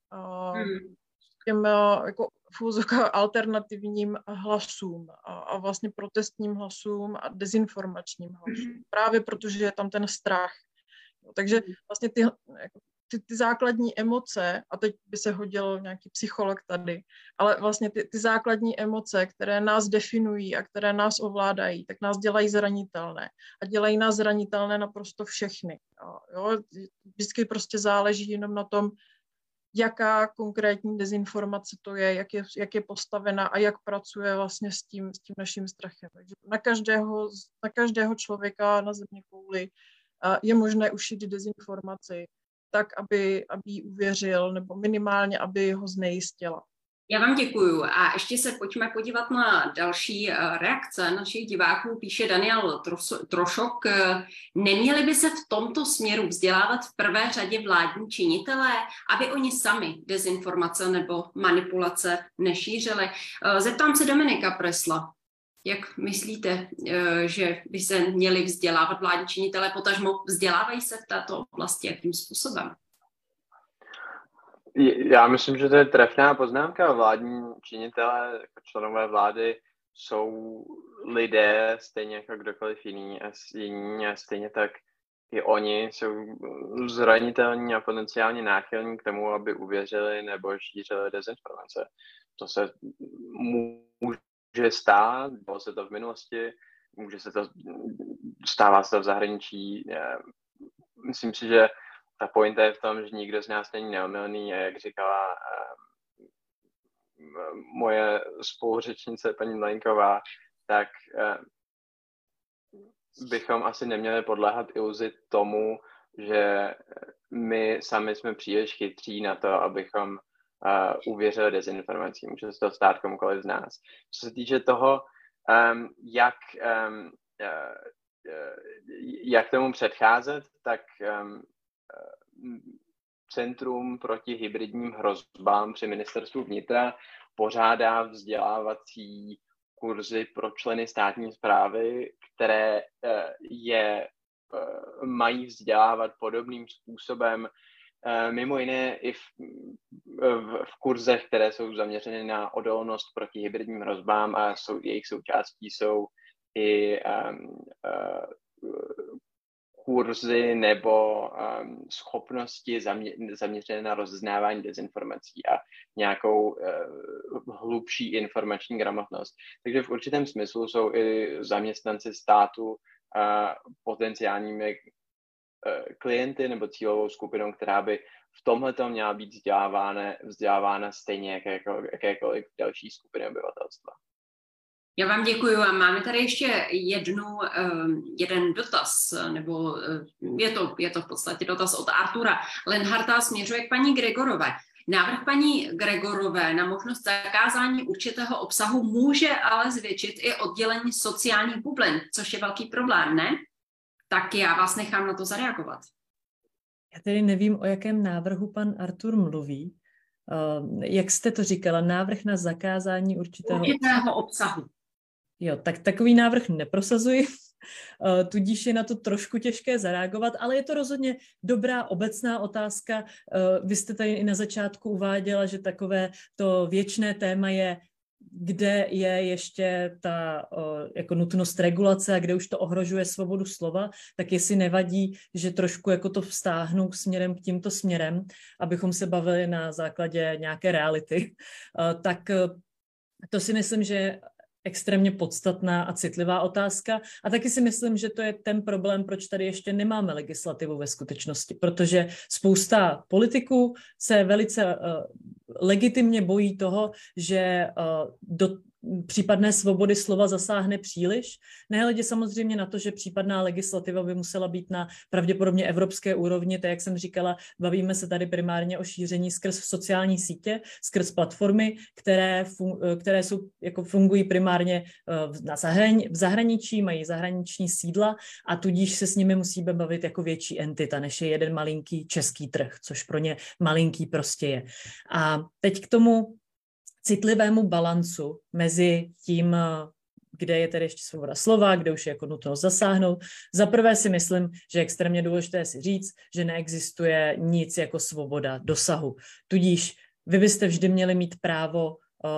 jako alternativním hlasům a vlastně protestním hlasům a dezinformačním hlasům. Právě protože je tam ten strach. Takže vlastně ty základní emoce, a teď by se hodil nějaký psycholog tady, ale vlastně ty základní emoce, které nás definují a které nás ovládají, tak nás dělají zranitelné. A dělají nás zranitelné naprosto všechny. Jo? Vždycky prostě záleží jenom na tom, jaká konkrétní dezinformace to je, jak je postavena a jak pracuje vlastně s tím naším strachem. Takže na každého člověka na zeměkouli je možné ušít dezinformaci tak, aby jí uvěřil, nebo minimálně, aby ho znejistila. Já vám děkuju a ještě se pojďme podívat na další reakce našich diváků. Píše Daniel Trošok, neměli by se v tomto směru vzdělávat v prvé řadě vládní činitelé, aby oni sami dezinformace nebo manipulace nešířili. Zeptám se Dominika Presla. Jak myslíte, že by se měli vzdělávat vládní činitelé, potažmo vzdělávají se v této oblasti, jakým způsobem? Já myslím, že to je trefná poznámka. Vládní činitelé, jako členové vlády, jsou lidé, stejně jako kdokoliv jiný a stejně tak i oni jsou zranitelní a potenciálně náchylní k tomu, aby uvěřili nebo šířili dezinformace. To se může stát, bylo se to v minulosti, stává se to v zahraničí. Myslím si, že ta pointa je v tom, že nikdo z nás není neomylný a jak říkala moje spoluřečnice paní Mlejnková, tak bychom asi neměli podléhat iluzi tomu, že my sami jsme příliš chytří na to, abychom uvěřili dezinformacím. Může se to stát komukoliv z nás. Co se týče toho, jak tomu předcházet, tak Centrum proti hybridním hrozbám při ministerstvu vnitra pořádá vzdělávací kurzy pro členy státní správy, které mají vzdělávat podobným způsobem, mimo jiné i v kurzech, které jsou zaměřeny na odolnost proti hybridním hrozbám a jejich součástí jsou i kurzy nebo schopnosti zaměřené na rozeznávání dezinformací a nějakou hlubší informační gramotnost. Takže v určitém smyslu jsou i zaměstnanci státu potenciálními klienty nebo cílovou skupinou, která by v tomhletom měla být vzdělávána stejně jako jakékoliv další skupiny obyvatelstva. Já vám děkuji a máme tady ještě jeden dotaz, nebo je to v podstatě dotaz od Artura Lenharta, směřuje k paní Gregorové. Návrh paní Gregorové na možnost zakázání určitého obsahu může ale zvětšit i oddělení sociálních bublin, což je velký problém, ne? Tak já vás nechám na to zareagovat. Já tedy nevím, o jakém návrhu pan Artur mluví. Jak jste to říkala, návrh na zakázání určitého obsahu. Jo, tak takový návrh neprosazuji, tudíž je na to trošku těžké zareagovat, ale je to rozhodně dobrá obecná otázka. Vy jste tady i na začátku uváděla, že takové to věčné téma je, kde je ještě ta jako nutnost regulace a kde už to ohrožuje svobodu slova, tak jestli nevadí, že trošku jako to vztáhnu směrem k tímto směrem, abychom se bavili na základě nějaké reality, tak to si myslím, že extrémně podstatná a citlivá otázka. A taky si myslím, že to je ten problém, proč tady ještě nemáme legislativu ve skutečnosti, protože spousta politiků se velice legitimně bojí toho, že do případné svobody slova zasáhne příliš. Nehledě samozřejmě na to, že případná legislativa by musela být na pravděpodobně evropské úrovni, tak jak jsem říkala, bavíme se tady primárně o šíření skrz sociální sítě, skrz platformy, které jsou, jako fungují primárně v zahraničí, mají zahraniční sídla a tudíž se s nimi musíme bavit jako větší entita, než je jeden malinký český trh, což pro ně malinký prostě je. A teď k tomu citlivému balancu mezi tím, kde je tedy ještě svoboda slova, kde už je jako nutnost zasáhnout. Za prvé si myslím, že je extrémně důležité si říct, že neexistuje nic jako svoboda dosahu. Tudíž vy byste vždy měli mít právo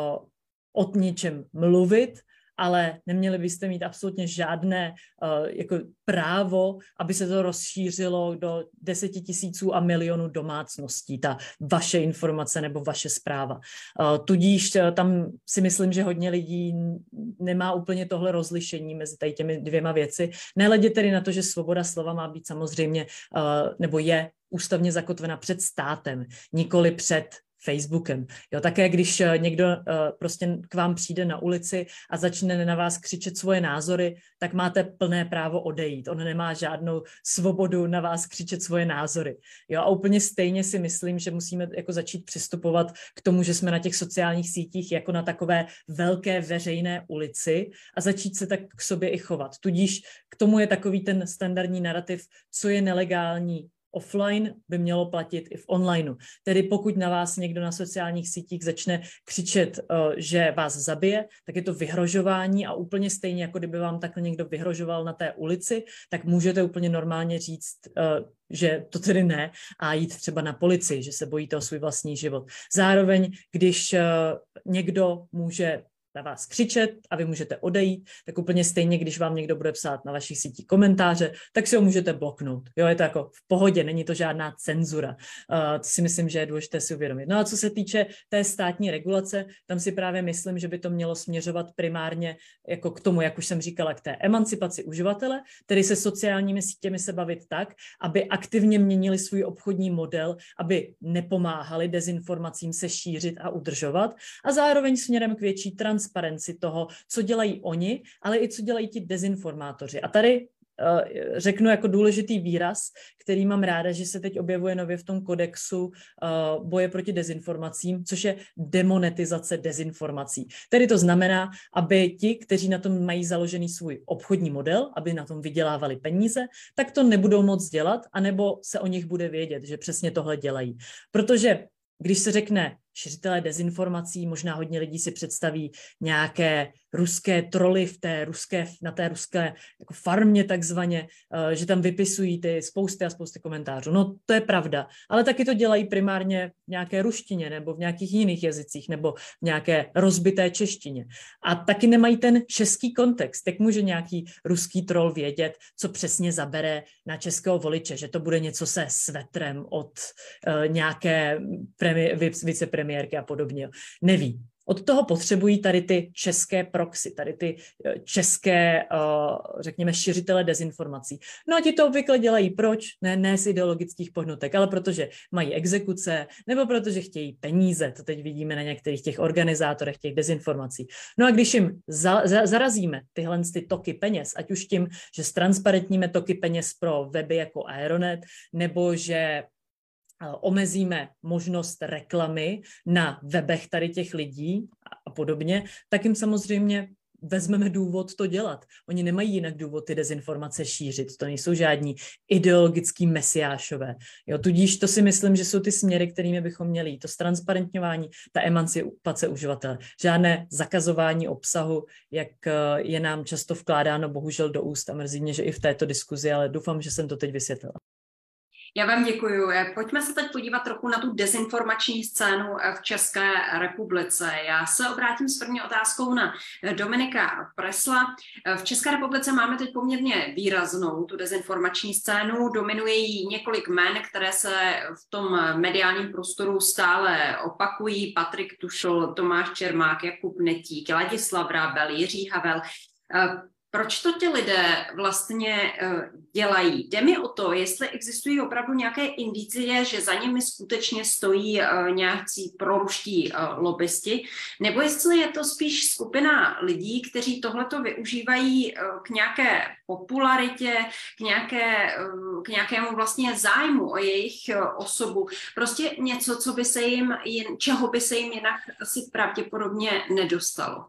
o něčem mluvit, ale neměli byste mít absolutně žádné jako právo, aby se to rozšířilo do 10 000 a milionů domácností, ta vaše informace nebo vaše zpráva. Tudíž tam si myslím, že hodně lidí nemá úplně tohle rozlišení mezi tady těmi dvěma věci. Nehledě tedy na to, že svoboda slova má být samozřejmě, nebo je ústavně zakotvena před státem, nikoli před Facebookem. Jo, také když někdo prostě k vám přijde na ulici a začne na vás křičet svoje názory, tak máte plné právo odejít. On nemá žádnou svobodu na vás křičet svoje názory. Jo, a úplně stejně si myslím, že musíme jako začít přistupovat k tomu, že jsme na těch sociálních sítích jako na takové velké veřejné ulici a začít se tak k sobě i chovat. Tudíž k tomu je takový ten standardní narrativ, co je nelegální offline, by mělo platit i v onlineu. Tedy pokud na vás někdo na sociálních sítích začne křičet, že vás zabije, tak je to vyhrožování a úplně stejně, jako kdyby vám takhle někdo vyhrožoval na té ulici, tak můžete úplně normálně říct, že to tedy ne a jít třeba na policii, že se bojíte o svůj vlastní život. Zároveň, když někdo může na vás křičet a vy můžete odejít, tak úplně stejně, když vám někdo bude psát na vašich sítích komentáře, tak si ho můžete bloknout. Jo, je to jako v pohodě, není to žádná cenzura. To si myslím, že je důležité si uvědomit. No a co se týče té státní regulace, tam si právě myslím, že by to mělo směřovat primárně jako k tomu, jak už jsem říkala, k té emancipaci uživatele, tedy se sociálními sítěmi se bavit tak, aby aktivně měnili svůj obchodní model, aby nepomáhali dezinformacím se šířit a udržovat a zároveň směrem k větší transparenci toho, co dělají oni, ale i co dělají ti dezinformátoři. A tady řeknu jako důležitý výraz, který mám ráda, že se teď objevuje nově v tom kodexu boje proti dezinformacím, což je demonetizace dezinformací. Tedy to znamená, aby ti, kteří na tom mají založený svůj obchodní model, aby na tom vydělávali peníze, tak to nebudou moc dělat, anebo se o nich bude vědět, že přesně tohle dělají. Protože když se řekne šiřitelé dezinformací, možná hodně lidí si představí nějaké ruské troly na té ruské jako farmě takzvaně, že tam vypisují ty spousty a spousty komentářů. No to je pravda, ale taky to dělají primárně v nějaké ruštině nebo v nějakých jiných jazycích nebo v nějaké rozbité češtině. A taky nemají ten český kontext. Jak může nějaký ruský troll vědět, co přesně zabere na českého voliče, že to bude něco se svetrem od nějaké vicepremiérky a podobně. Neví. Od toho potřebují tady ty české proxy, tady ty české, řekněme, šiřitele dezinformací. No a ti to obvykle dělají. Proč? Ne z ideologických pohnutek, ale protože mají exekuce, nebo protože chtějí peníze. To teď vidíme na některých těch organizátorech těch dezinformací. No a když jim zarazíme tyhle ty toky peněz, ať už tím, že ztransparentníme toky peněz pro weby jako Aeronet, nebo že omezíme možnost reklamy na webech tady těch lidí a podobně, tak jim samozřejmě vezmeme důvod to dělat. Oni nemají jinak důvod ty dezinformace šířit. To nejsou žádní ideologický mesiášové. Jo, tudíž to si myslím, že jsou ty směry, kterými bychom měli. To ztransparentňování, ta emancipace uživatele. Žádné zakazování obsahu, jak je nám často vkládáno bohužel do úst a mrzí mě, že i v této diskuzi, ale doufám, že jsem to teď vysvětlila. Já vám děkuji. Pojďme se teď podívat trochu na tu dezinformační scénu v České republice. Já se obrátím s první otázkou na Dominika Pressla. V České republice máme teď poměrně výraznou tu dezinformační scénu. Dominuje jí několik jmen, které se v tom mediálním prostoru stále opakují. Patrik Tušl, Tomáš Čermák, Jakub Netík, Ladislav Vrábel, Jiří Havel. Proč to ti lidé vlastně dělají? Jde mi o to, jestli existují opravdu nějaké indicie, že za nimi skutečně stojí nějací proruští lobbysti, nebo jestli je to spíš skupina lidí, kteří tohleto využívají k nějaké popularitě, k nějakému vlastně zájmu o jejich osobu. Prostě něco, čeho by se jim jinak asi pravděpodobně nedostalo.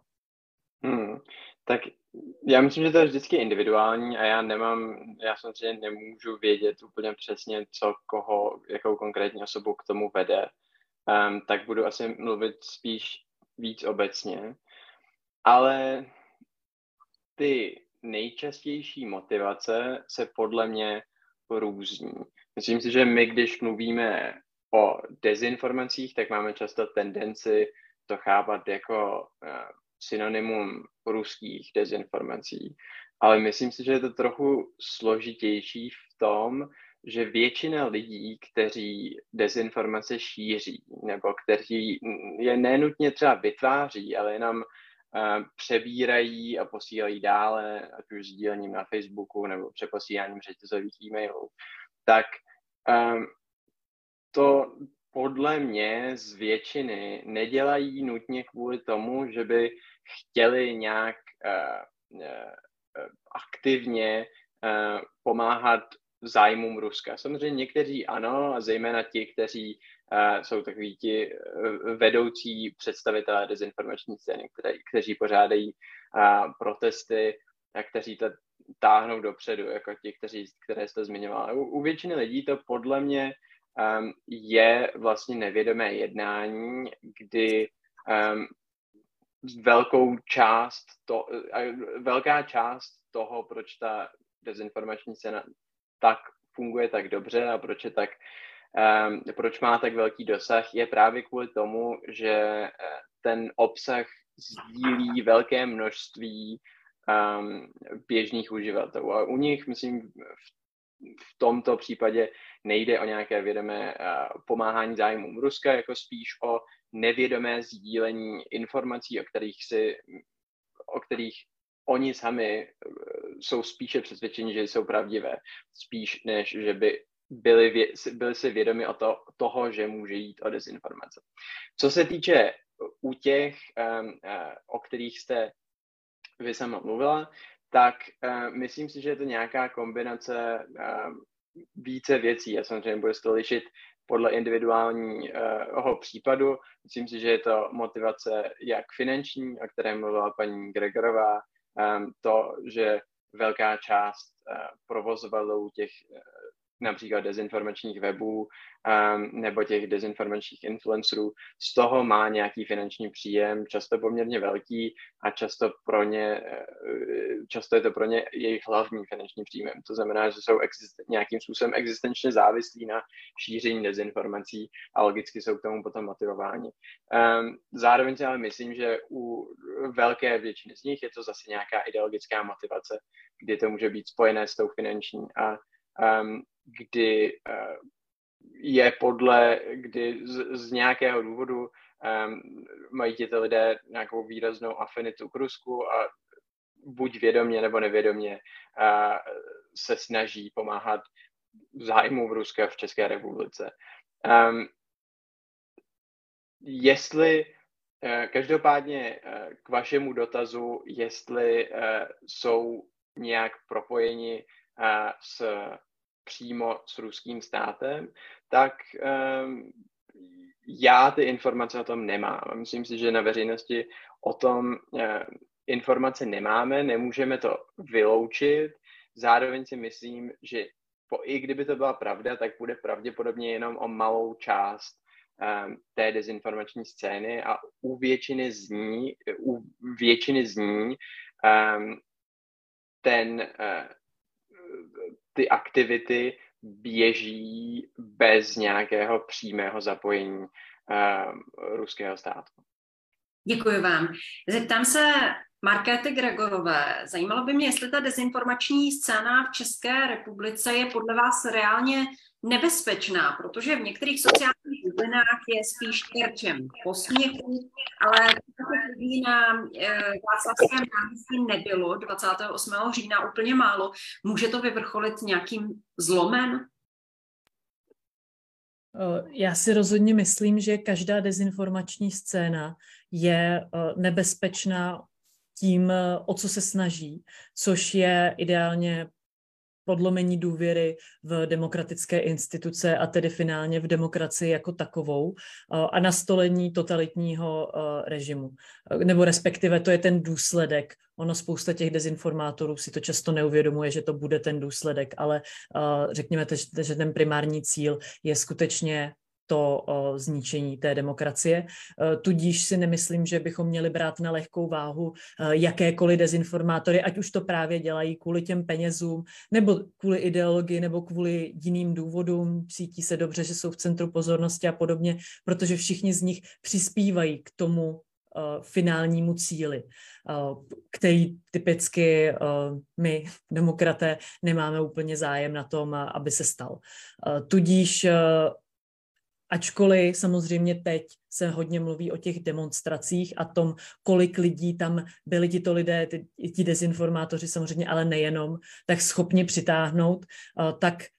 Tak já myslím, že to je vždycky individuální a já samozřejmě nemůžu vědět úplně přesně, co koho, jakou konkrétní osobu k tomu vede. Tak budu asi mluvit spíš víc obecně. Ale ty nejčastější motivace se podle mě různí. Myslím si, že my, když mluvíme o dezinformacích, tak máme často tendenci to chápat jako synonymum ruských dezinformací. Ale myslím si, že je to trochu složitější v tom, že většina lidí, kteří dezinformace šíří, nebo kteří je nenutně třeba vytváří, ale jenom přebírají a posílají dále, ať už sdílením na Facebooku nebo přeposíláním řetězových e-mailů, tak podle mě z většiny nedělají nutně kvůli tomu, že by chtěli nějak aktivně pomáhat zájmům Ruska. Samozřejmě někteří ano, a zejména ti, kteří jsou takoví ti vedoucí představitelé dezinformační scény, kteří pořádají protesty a kteří to táhnou dopředu, jako ti, které jste zmiňoval. U většiny lidí to podle mě je vlastně nevědomé jednání, kdy velká část toho, proč ta dezinformační scéna tak funguje tak dobře a proč má tak velký dosah, je právě kvůli tomu, že ten obsah sdílí velké množství běžných uživatelů. A u nich, myslím, v tomto případě nejde o nějaké vědomé pomáhání zájmům Ruska, jako spíš o nevědomé sdílení informací, o kterých oni sami jsou spíše přesvědčeni, že jsou pravdivé, spíš než že by byli si vědomi toho, že může jít o dezinformace. Co se týče u těch, o kterých jste vy sama mluvila, tak myslím si, že je to nějaká kombinace více věcí. Já samozřejmě bude se to lišit podle individuálního případu. Myslím si, že je to motivace jak finanční, o které mluvila paní Gregorová, to, že velká část provozovatelů těch například dezinformačních webů nebo těch dezinformačních influencerů, z toho má nějaký finanční příjem, často poměrně velký a často je to pro ně jejich hlavní finanční příjem. To znamená, že jsou nějakým způsobem existenčně závislí na šíření dezinformací a logicky jsou k tomu potom motivováni. Zároveň si ale myslím, že u velké většiny z nich je to zase nějaká ideologická motivace, kdy to může být spojené s tou finanční a kdy kdy z nějakého důvodu mají tyto lidé nějakou výraznou afinitu k Rusku a buď vědomě nebo nevědomě se snaží pomáhat zájmům Ruska v České republice. Každopádně k vašemu dotazu, jestli jsou nějak propojeni přímo s ruským státem, tak já ty informace o tom nemám. Myslím si, že na veřejnosti o tom informace nemáme, nemůžeme to vyloučit. Zároveň si myslím, že i kdyby to byla pravda, tak bude pravděpodobně jenom o malou část té dezinformační scény a u většiny z ní ty aktivity běží bez nějakého přímého zapojení ruského státu. Děkuji vám. Zeptám se Markéty Gregorové. Zajímalo by mě, jestli ta dezinformační scéna v České republice je podle vás reálně nebezpečná, protože v některých sociálních bublinách je spíš terčem posměchu, ale lidí na Václavském náměstí nebylo 28. října úplně málo. Může to vyvrcholit nějakým zlomem? Já si rozhodně myslím, že každá dezinformační scéna je nebezpečná tím, o co se snaží, což je ideálně podlomení důvěry v demokratické instituce a tedy finálně v demokracii jako takovou a nastolení totalitního režimu. Nebo respektive to je ten důsledek. Ono spousta těch dezinformátorů si to často neuvědomuje, že to bude ten důsledek, ale řekněme, že ten primární cíl je skutečně to zničení té demokracie. Tudíž si nemyslím, že bychom měli brát na lehkou váhu jakékoliv dezinformátory, ať už to právě dělají kvůli těm penězům, nebo kvůli ideologii, nebo kvůli jiným důvodům, cítí se dobře, že jsou v centru pozornosti a podobně, protože všichni z nich přispívají k tomu finálnímu cíli, který typicky my, demokraté, nemáme úplně zájem na tom, aby se stal. Tudíž ačkoliv samozřejmě teď se hodně mluví o těch demonstracích a tom, kolik lidí tam byli tito lidé, ti dezinformátoři samozřejmě, ale nejenom, tak schopni přitáhnout, tak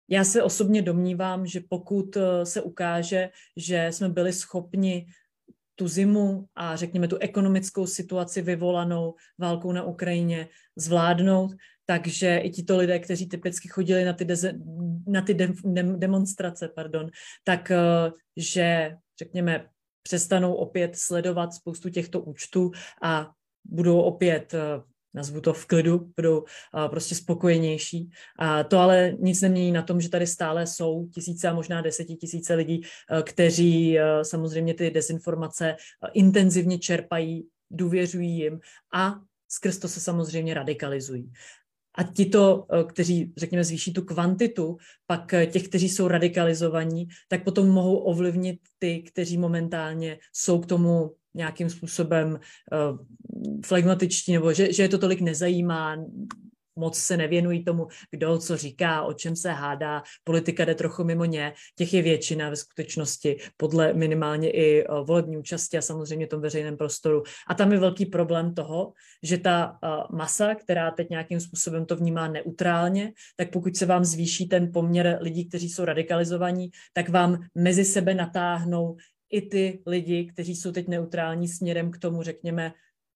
Já se osobně domnívám, že pokud se ukáže, že jsme byli schopni tu zimu a řekněme tu ekonomickou situaci vyvolanou válkou na Ukrajině zvládnout, takže i tito lidé, kteří typicky chodili na ty demonstrace, tak že řekněme přestanou opět sledovat spoustu těchto účtů a budou opět nazvu to v klidu, budou prostě spokojenější. A to ale nic nemění na tom, že tady stále jsou tisíce a možná 10 000 lidí, kteří samozřejmě ty dezinformace intenzivně čerpají, důvěřují jim a skrz to se samozřejmě radikalizují. A tito, kteří, řekněme, zvýší tu kvantitu, pak těch, kteří jsou radikalizovaní, tak potom mohou ovlivnit ty, kteří momentálně jsou k tomu nějakým způsobem flegmatičtí, nebo že je to tolik nezajímá, moc se nevěnují tomu, kdo co říká, o čem se hádá, politika jde trochu mimo ně, těch je většina ve skutečnosti, podle minimálně i volební účasti a samozřejmě tom veřejném prostoru. A tam je velký problém toho, že ta masa, která teď nějakým způsobem to vnímá neutrálně, tak pokud se vám zvýší ten poměr lidí, kteří jsou radikalizovaní, tak vám mezi sebe natáhnou i ty lidi, kteří jsou teď neutrální směrem k tomu, řekněme,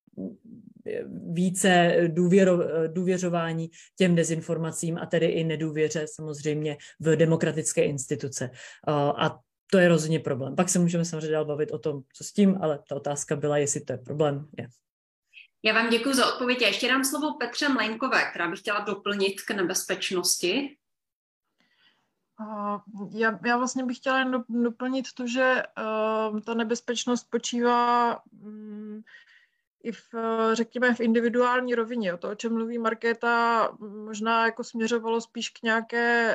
více důvěřování těm dezinformacím a tedy i nedůvěře samozřejmě v demokratické instituce. A to je rozhodně problém. Pak se můžeme samozřejmě dál bavit o tom, co s tím, ale ta otázka byla, jestli to je problém. Je. Já vám děkuji za odpověď. Já ještě dám slovo Petře Mlejnkové, která by chtěla doplnit k nebezpečnosti. Já vlastně bych chtěla jen doplnit to, že ta nebezpečnost spočívá i řekněme v individuální rovině. To, o čem mluví Markéta, možná jako směřovalo spíš k nějaké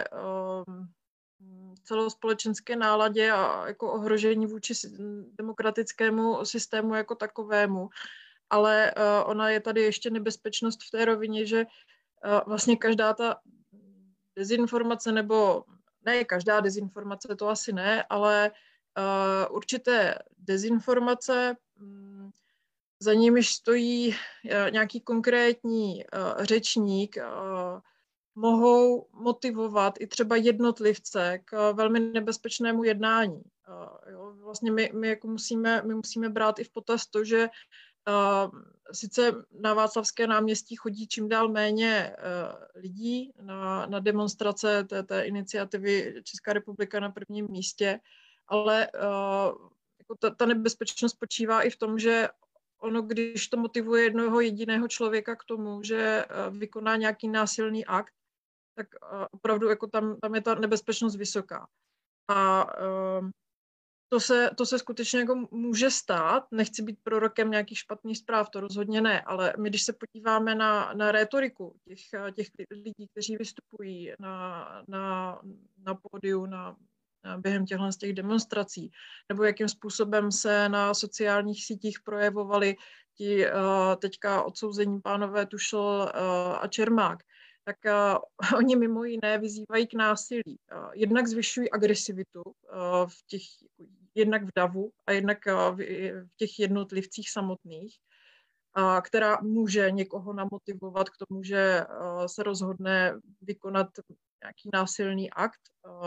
celospolečenské náladě a jako ohrožení vůči demokratickému systému jako takovému. Ale ona je tady ještě nebezpečnost v té rovině, že vlastně každá ta dezinformace, nebo ne každá dezinformace, to asi ne, ale určité dezinformace, za nimiž stojí nějaký konkrétní řečník, mohou motivovat i třeba jednotlivce k velmi nebezpečnému jednání. Vlastně my jako musíme brát i v potaz to, že sice na Václavské náměstí chodí čím dál méně lidí na demonstrace té iniciativy Česká republika na prvním místě, ale jako ta nebezpečnost spočívá i v tom, že ono, když to motivuje jednoho jediného člověka k tomu, že vykoná nějaký násilný akt, tak opravdu jako tam je ta nebezpečnost vysoká. A to se skutečně jako může stát. Nechci být prorokem nějakých špatných zpráv, to rozhodně ne, ale my, když se podíváme na rétoriku těch lidí, kteří vystupují na pódiu, během z těch demonstrací, nebo jakým způsobem se na sociálních sítích projevovali ti teďka odsouzení pánové Tušl a Čermák, tak oni mimo jiné vyzývají k násilí. Jednak zvyšují agresivitu jednak v davu a jednak v těch jednotlivcích samotných, která může někoho namotivovat k tomu, že se rozhodne vykonat nějaký násilný akt,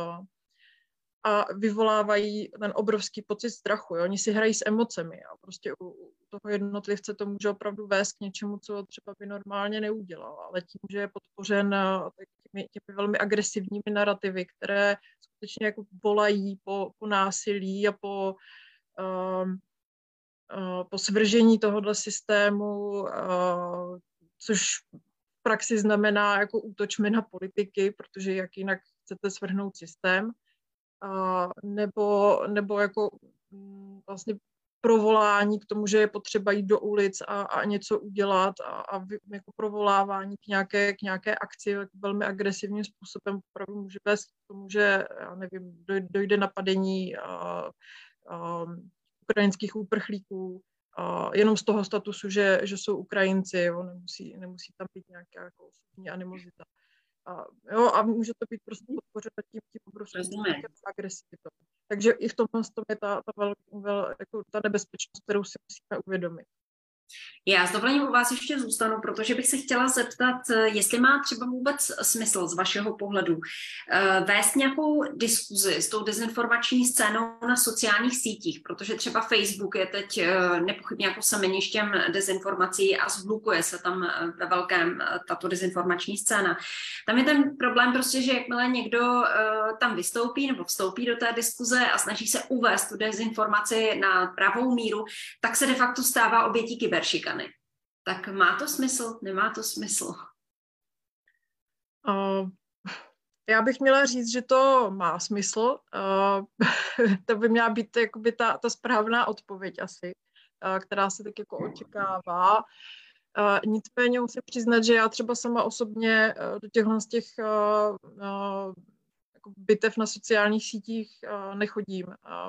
a vyvolávají ten obrovský pocit strachu. Jo? Oni si hrají s emocemi a prostě u toho jednotlivce to může opravdu vést k něčemu, co třeba by normálně neudělal, ale tím, že je podpořen těmi velmi agresivními narrativy, které skutečně jako volají po násilí a po svržení tohohle systému, což v praxi znamená jako útočme na politiky, protože jak jinak chcete svrhnout systém, nebo jako vlastně provolání k tomu, že je potřeba jít do ulic a něco udělat a jako provolávání k nějaké akci velmi agresivním způsobem opravdu může vést k tomu, že já nevím, dojde napadení ukrajinských uprchlíků jenom z toho statusu, že jsou Ukrajinci, jo, nemusí tam být nějaká jako osobní animozita. A může to být prostě podpořeno tím obrovským agresivitou. Takže i v tomhle je ta nebezpečnost, kterou si musíme uvědomit. Já s dovolením u vás ještě zůstanu, protože bych se chtěla zeptat, jestli má třeba vůbec smysl z vašeho pohledu vést nějakou diskuzi s tou dezinformační scénou na sociálních sítích, protože třeba Facebook je teď nepochybně jako semeništěm dezinformací a zhlukuje se tam ve velkém tato dezinformační scéna. Tam je ten problém prostě, že jakmile někdo tam vystoupí nebo vstoupí do té diskuze a snaží se uvést tu dezinformaci na pravou míru, tak se de facto stává obětí kyberšikany. Tak má to smysl? Nemá to smysl? Já bych měla říct, že to má smysl. To by měla být jakoby ta správná odpověď asi, která se tak jako očekává. Nicméně musím přiznat, že já třeba sama osobně do těchto z těch jako bitev na sociálních sítích nechodím,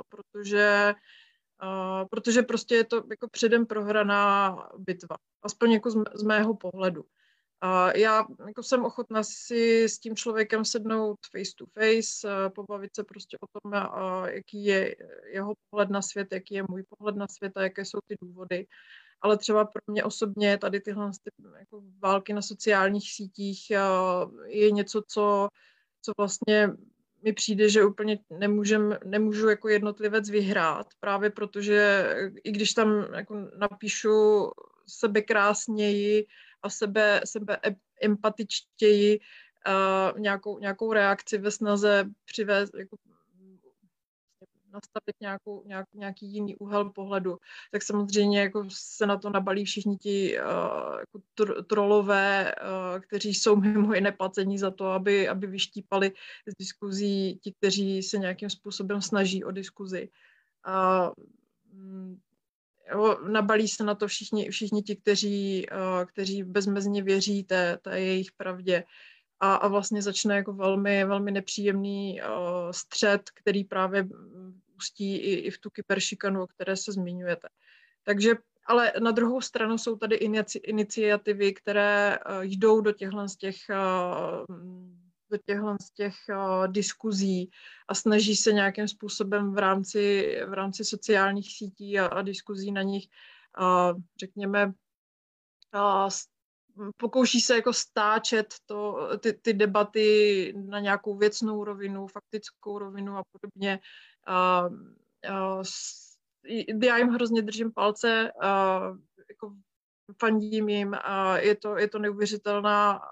protože prostě je to jako předem prohraná bitva, aspoň jako z mého pohledu. Já jako jsem ochotná si s tím člověkem sednout face to face, pobavit se prostě o tom, jaký je jeho pohled na svět, jaký je můj pohled na svět a jaké jsou ty důvody. Ale třeba pro mě osobně tady tyhle jako války na sociálních sítích je něco, co vlastně mi přijde, že úplně nemůžu jako jednotlivec vyhrát, právě protože i když tam jako napíšu sebe krásněji a sebe empatičtěji nějakou reakci ve snaze přivést, jako nastavit nějaký jiný úhel pohledu, tak samozřejmě jako se na to nabalí všichni ti jako trolové, kteří jsou mimo jiné placení za to, aby vyštípali z diskuzí ti, kteří se nějakým způsobem snaží o diskuzi. Nabalí se na to všichni ti, kteří bezmezně věří té jejich pravdě. A vlastně začne jako velmi, velmi nepříjemný střet, který právě ústí i v tu kyberšikanu, o které se zmiňujete. Takže, ale na druhou stranu jsou tady iniciativy, které jdou do těchto z těch diskuzí a snaží se nějakým způsobem v rámci sociálních sítí a diskuzí na nich, řekněme, pokouší se jako stáčet ty debaty na nějakou věcnou rovinu, faktickou rovinu a podobně. Já jim hrozně držím palce, jako fandím jim a je to neuvěřitelná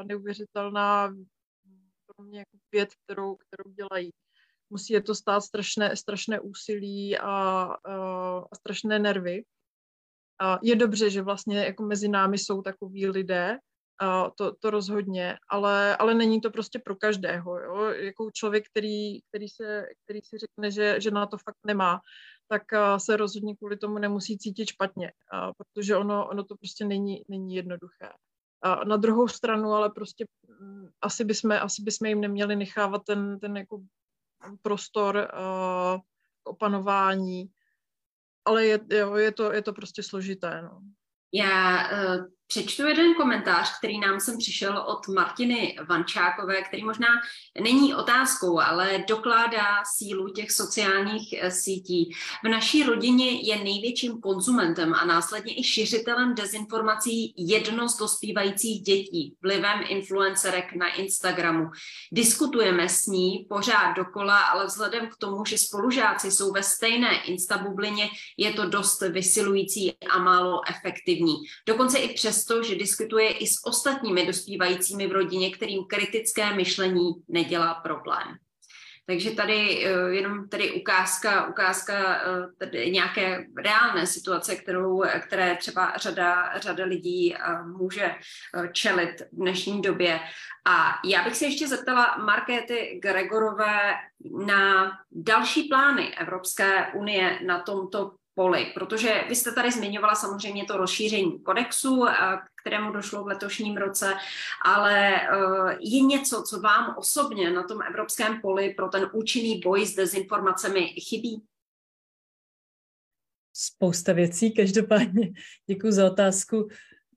pro mě jako věc, kterou dělají. Musí je to stát strašné úsilí a strašné nervy. Je dobře, že vlastně jako mezi námi jsou takoví lidé, to rozhodně, ale není to prostě pro každého. Jo? Jako člověk, který si řekne, že na to fakt nemá, tak se rozhodně kvůli tomu nemusí cítit špatně, protože ono to prostě není jednoduché. Na druhou stranu, ale prostě asi bychom jim neměli nechávat ten jako prostor k opanování, ale je to prostě složité. No. Já přečtu jeden komentář, který nám sem přišel od Martiny Vančákové, který možná není otázkou, ale dokládá sílu těch sociálních sítí. V naší rodině je největším konzumentem a následně i šiřitelem dezinformací jedno z dospívajících dětí, vlivem influencerek na Instagramu. Diskutujeme s ní pořád dokola, ale vzhledem k tomu, že spolužáci jsou ve stejné instabublině, je to dost vysilující a málo efektivní. Dokonce i přesto, že diskutuje i s ostatními dospívajícími v rodině, kterým kritické myšlení nedělá problém. Takže tady jenom tady ukázka tady nějaké reálné situace, které třeba řada lidí může čelit v dnešní době. A já bych se ještě zeptala Markéty Gregorové na další plány Evropské unie na tomto poli, protože vy jste tady zmiňovala samozřejmě to rozšíření kodexu, kterému došlo v letošním roce, ale je něco, co vám osobně na tom evropském poli pro ten účinný boj s dezinformacemi chybí? Spousta věcí, každopádně děkuji za otázku.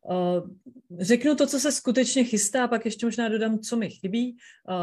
Řeknu to, co se skutečně chystá, a pak ještě možná dodám, co mi chybí.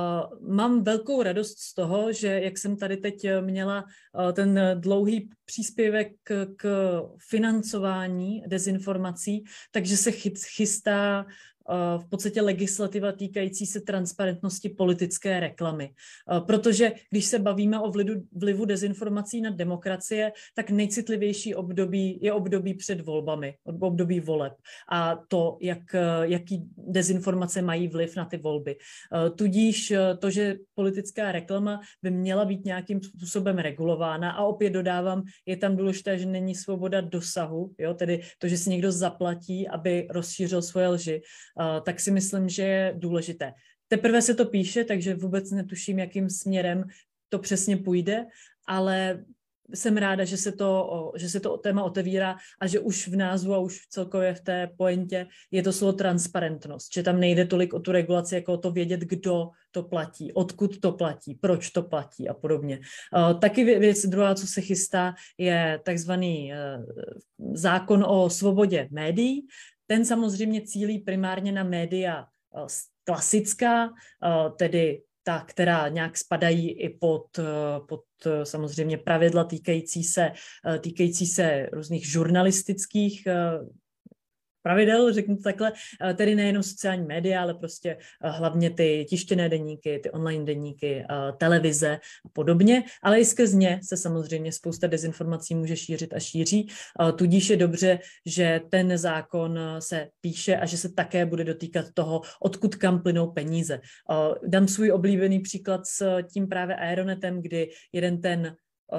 Mám velkou radost z toho, že jak jsem tady teď měla ten dlouhý příspěvek k financování dezinformací, takže se chystá v podstatě legislativa týkající se transparentnosti politické reklamy. Protože když se bavíme o vlivu dezinformací na demokracie, tak nejcitlivější období je období před volbami, období voleb. A to, jaký dezinformace mají vliv na ty volby. Tudíž to, že politická reklama by měla být nějakým způsobem regulována, a opět dodávám, je tam důležité, že není svoboda dosahu, jo? Tedy to, že si někdo zaplatí, aby rozšířil svoje lži, tak si myslím, že je důležité. Teprve se to píše, takže vůbec netuším, jakým směrem to přesně půjde, ale jsem ráda, že se to téma otevírá a že už v názvu a už celkově v té pointě je to slovo transparentnost, že tam nejde tolik o tu regulaci, jako o to vědět, kdo to platí, odkud to platí, proč to platí a podobně. Taky věc druhá, co se chystá, je takzvaný zákon o svobodě médií. Ten samozřejmě cílí primárně na média klasická, tedy ta, která nějak spadají i pod samozřejmě pravidla týkající se různých žurnalistických pravidel, řeknu to takhle, tedy nejenom sociální média, ale prostě hlavně ty tištěné deníky, ty online deníky, televize a podobně, ale i skrz ně se samozřejmě spousta dezinformací může šířit a šíří, tudíž je dobře, že ten zákon se píše a že se také bude dotýkat toho, odkud kam plynou peníze. Dám svůj oblíbený příklad s tím právě Aeronetem, kdy jeden ten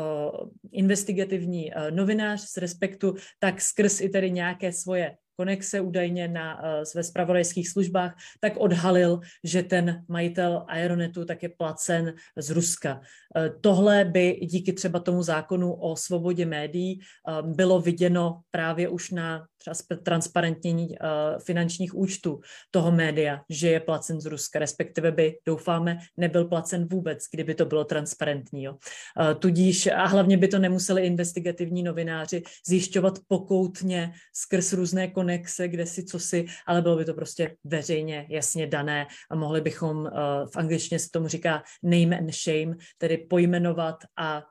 investigativní novinář z Respektu, tak skrz i tedy nějaké svoje konexe údajně ve zpravodajských službách, tak odhalil, že ten majitel Aeronetu tak je placen z Ruska. Tohle by díky třeba tomu zákonu o svobodě médií bylo viděno právě už na třeba transparentnění finančních účtů toho média, že je placen z Ruska, respektive by, doufáme, nebyl placen vůbec, kdyby to bylo transparentní. Jo. Tudíž a hlavně by to nemuseli investigativní novináři zjišťovat pokoutně skrz různé konexe, kde si, co si, ale bylo by to prostě veřejně jasně dané a mohli bychom, v angličtině se tomu říká name and shame, tedy pojmenovat a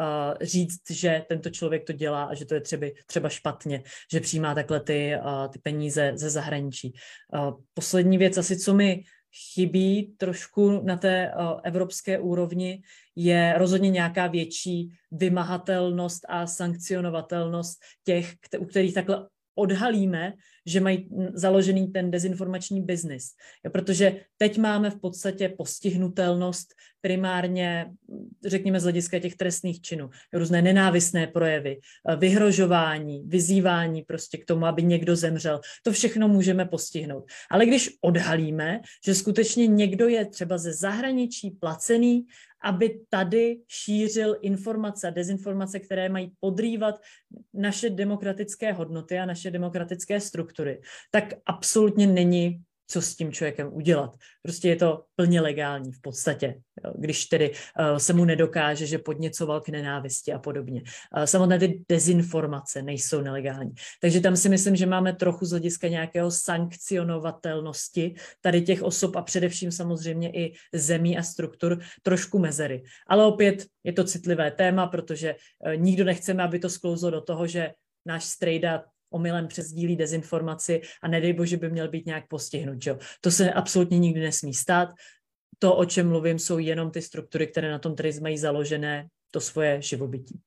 říct, že tento člověk to dělá a že to je třeba špatně, že přijímá takhle ty peníze ze zahraničí. Poslední věc asi, co mi chybí trošku na té evropské úrovni, je rozhodně nějaká větší vymahatelnost a sankcionovatelnost těch, u kterých takhle odhalíme, že mají založený ten dezinformační biznis. Protože teď máme v podstatě postihnutelnost primárně, řekněme, z hlediska těch trestných činů. Různé nenávistné projevy, vyhrožování, vyzývání prostě k tomu, aby někdo zemřel. To všechno můžeme postihnout. Ale když odhalíme, že skutečně někdo je třeba ze zahraničí placený, aby tady šířil informace a dezinformace, které mají podrývat naše demokratické hodnoty a naše demokratické struktury, tak absolutně není co s tím člověkem udělat. Prostě je to plně legální v podstatě, když tedy se mu nedokáže, že podněcoval k nenávisti a podobně. Samotné ty dezinformace nejsou nelegální. Takže tam si myslím, že máme trochu z hlediska nějakého sankcionovatelnosti tady těch osob a především samozřejmě i zemí a struktur trošku mezery. Ale opět je to citlivé téma, protože nikdo nechceme, aby to sklouzlo do toho, že náš strejda omylem přesdílí dezinformaci a nedej bože by měl být nějak postihnut. Jo? To se absolutně nikdy nesmí stát. To, o čem mluvím, jsou jenom ty struktury, které na tom tedy mají založené to svoje živobytí.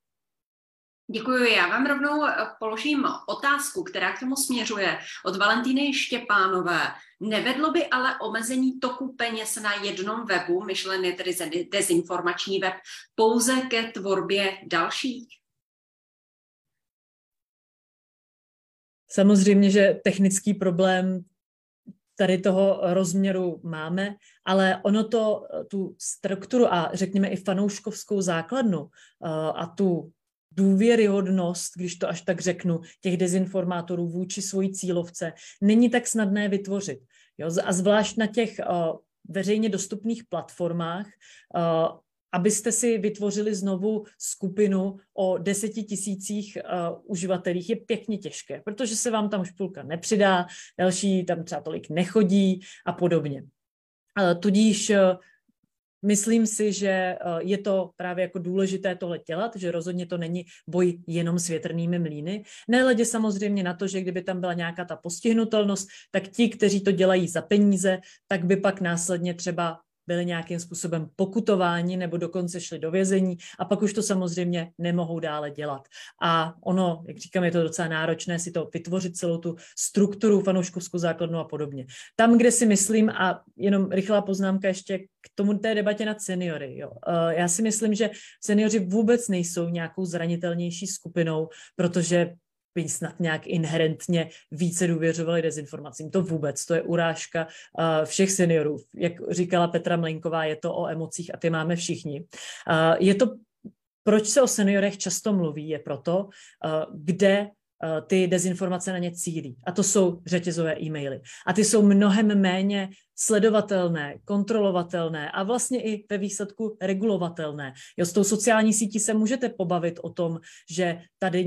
Děkuji. Já vám rovnou položím otázku, která k tomu směřuje od Valentíny Štěpánové. Nevedlo by ale omezení toku peněz na jednom webu, myšlen je tedy dezinformační web, pouze ke tvorbě dalších? Samozřejmě, že technický problém tady toho rozměru máme, ale ono to, tu strukturu a řekněme i fanouškovskou základnu a tu důvěryhodnost, když to až tak řeknu, těch dezinformátorů vůči svojí cílovce, není tak snadné vytvořit. Jo? A zvlášť na těch veřejně dostupných platformách abyste si vytvořili znovu skupinu o 10 000 uživatelích, je pěkně těžké, protože se vám tam už půlka nepřidá, další tam třeba tolik nechodí a podobně. Tudíž myslím si, že je to právě jako důležité tohle dělat, že rozhodně to není boj jenom s větrnými mlýny. Nehledě samozřejmě na to, že kdyby tam byla nějaká ta postihnutelnost, tak ti, kteří to dělají za peníze, tak by pak následně třeba byli nějakým způsobem pokutováni nebo dokonce šli do vězení a pak už to samozřejmě nemohou dále dělat. A ono, jak říkám, je to docela náročné si to vytvořit celou tu strukturu, fanouškovskou základnu a podobně. Tam, kde si myslím, a jenom rychlá poznámka ještě k tomu té debatě nad seniory. Jo. Já si myslím, že seniori vůbec nejsou nějakou zranitelnější skupinou, protože by snad nějak inherentně více důvěřovali dezinformacím. To vůbec, to je urážka všech seniorů. Jak říkala Petra Mlejnková, je to o emocích a ty máme všichni. Je to, proč se o seniorech často mluví, je proto, kde ty dezinformace na ně cílí. A to jsou řetězové e-maily. A ty jsou mnohem méně sledovatelné, kontrolovatelné a vlastně i ve výsledku regulovatelné. Jo, s tou sociální sítí se můžete pobavit o tom, že tady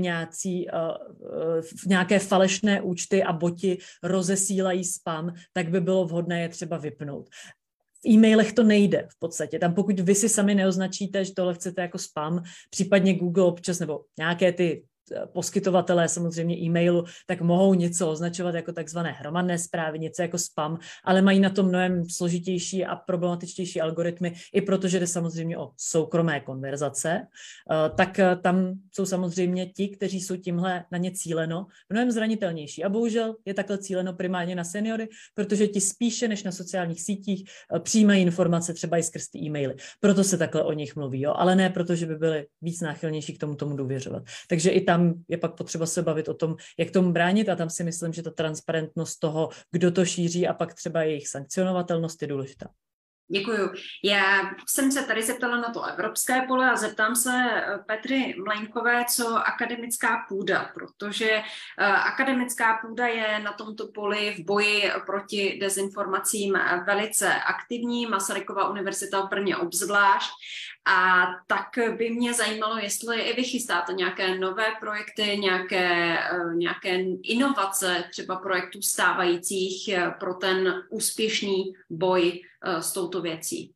nějaké falešné účty a boti rozesílají spam, tak by bylo vhodné je třeba vypnout. V e-mailech to nejde v podstatě. Tam pokud vy si sami neoznačíte, že tohle chcete jako spam, případně Google občas nebo nějaké ty poskytovatelé samozřejmě e-mailu, tak mohou něco označovat jako takzvané hromadné zprávy, něco jako spam, ale mají na to mnohem složitější a problematičtější algoritmy, i protože jde samozřejmě o soukromé konverzace, tak tam jsou samozřejmě ti, kteří jsou tímhle na ně cíleno, mnohem zranitelnější. A bohužel je takhle cíleno primárně na seniory, protože ti spíše než na sociálních sítích přijímají informace třeba i skrz ty e-maily. Proto se takhle o nich mluví, jo? Ale ne proto, že by byli víc náchylnější k tomu důvěřovat. Takže i tam je pak potřeba se bavit o tom, jak tomu bránit a tam si myslím, že ta transparentnost toho, kdo to šíří a pak třeba jejich sankcionovatelnost je důležitá. Děkuju. Já jsem se tady zeptala na to evropské pole a zeptám se Petry Mlejnkové, co akademická půda, protože akademická půda je na tomto poli v boji proti dezinformacím velice aktivní, Masarykova univerzita v Brně obzvlášť. A tak by mě zajímalo, jestli i vy chystáte nějaké nové projekty, nějaké inovace třeba projektů stávajících pro ten úspěšný boj s touto věcí.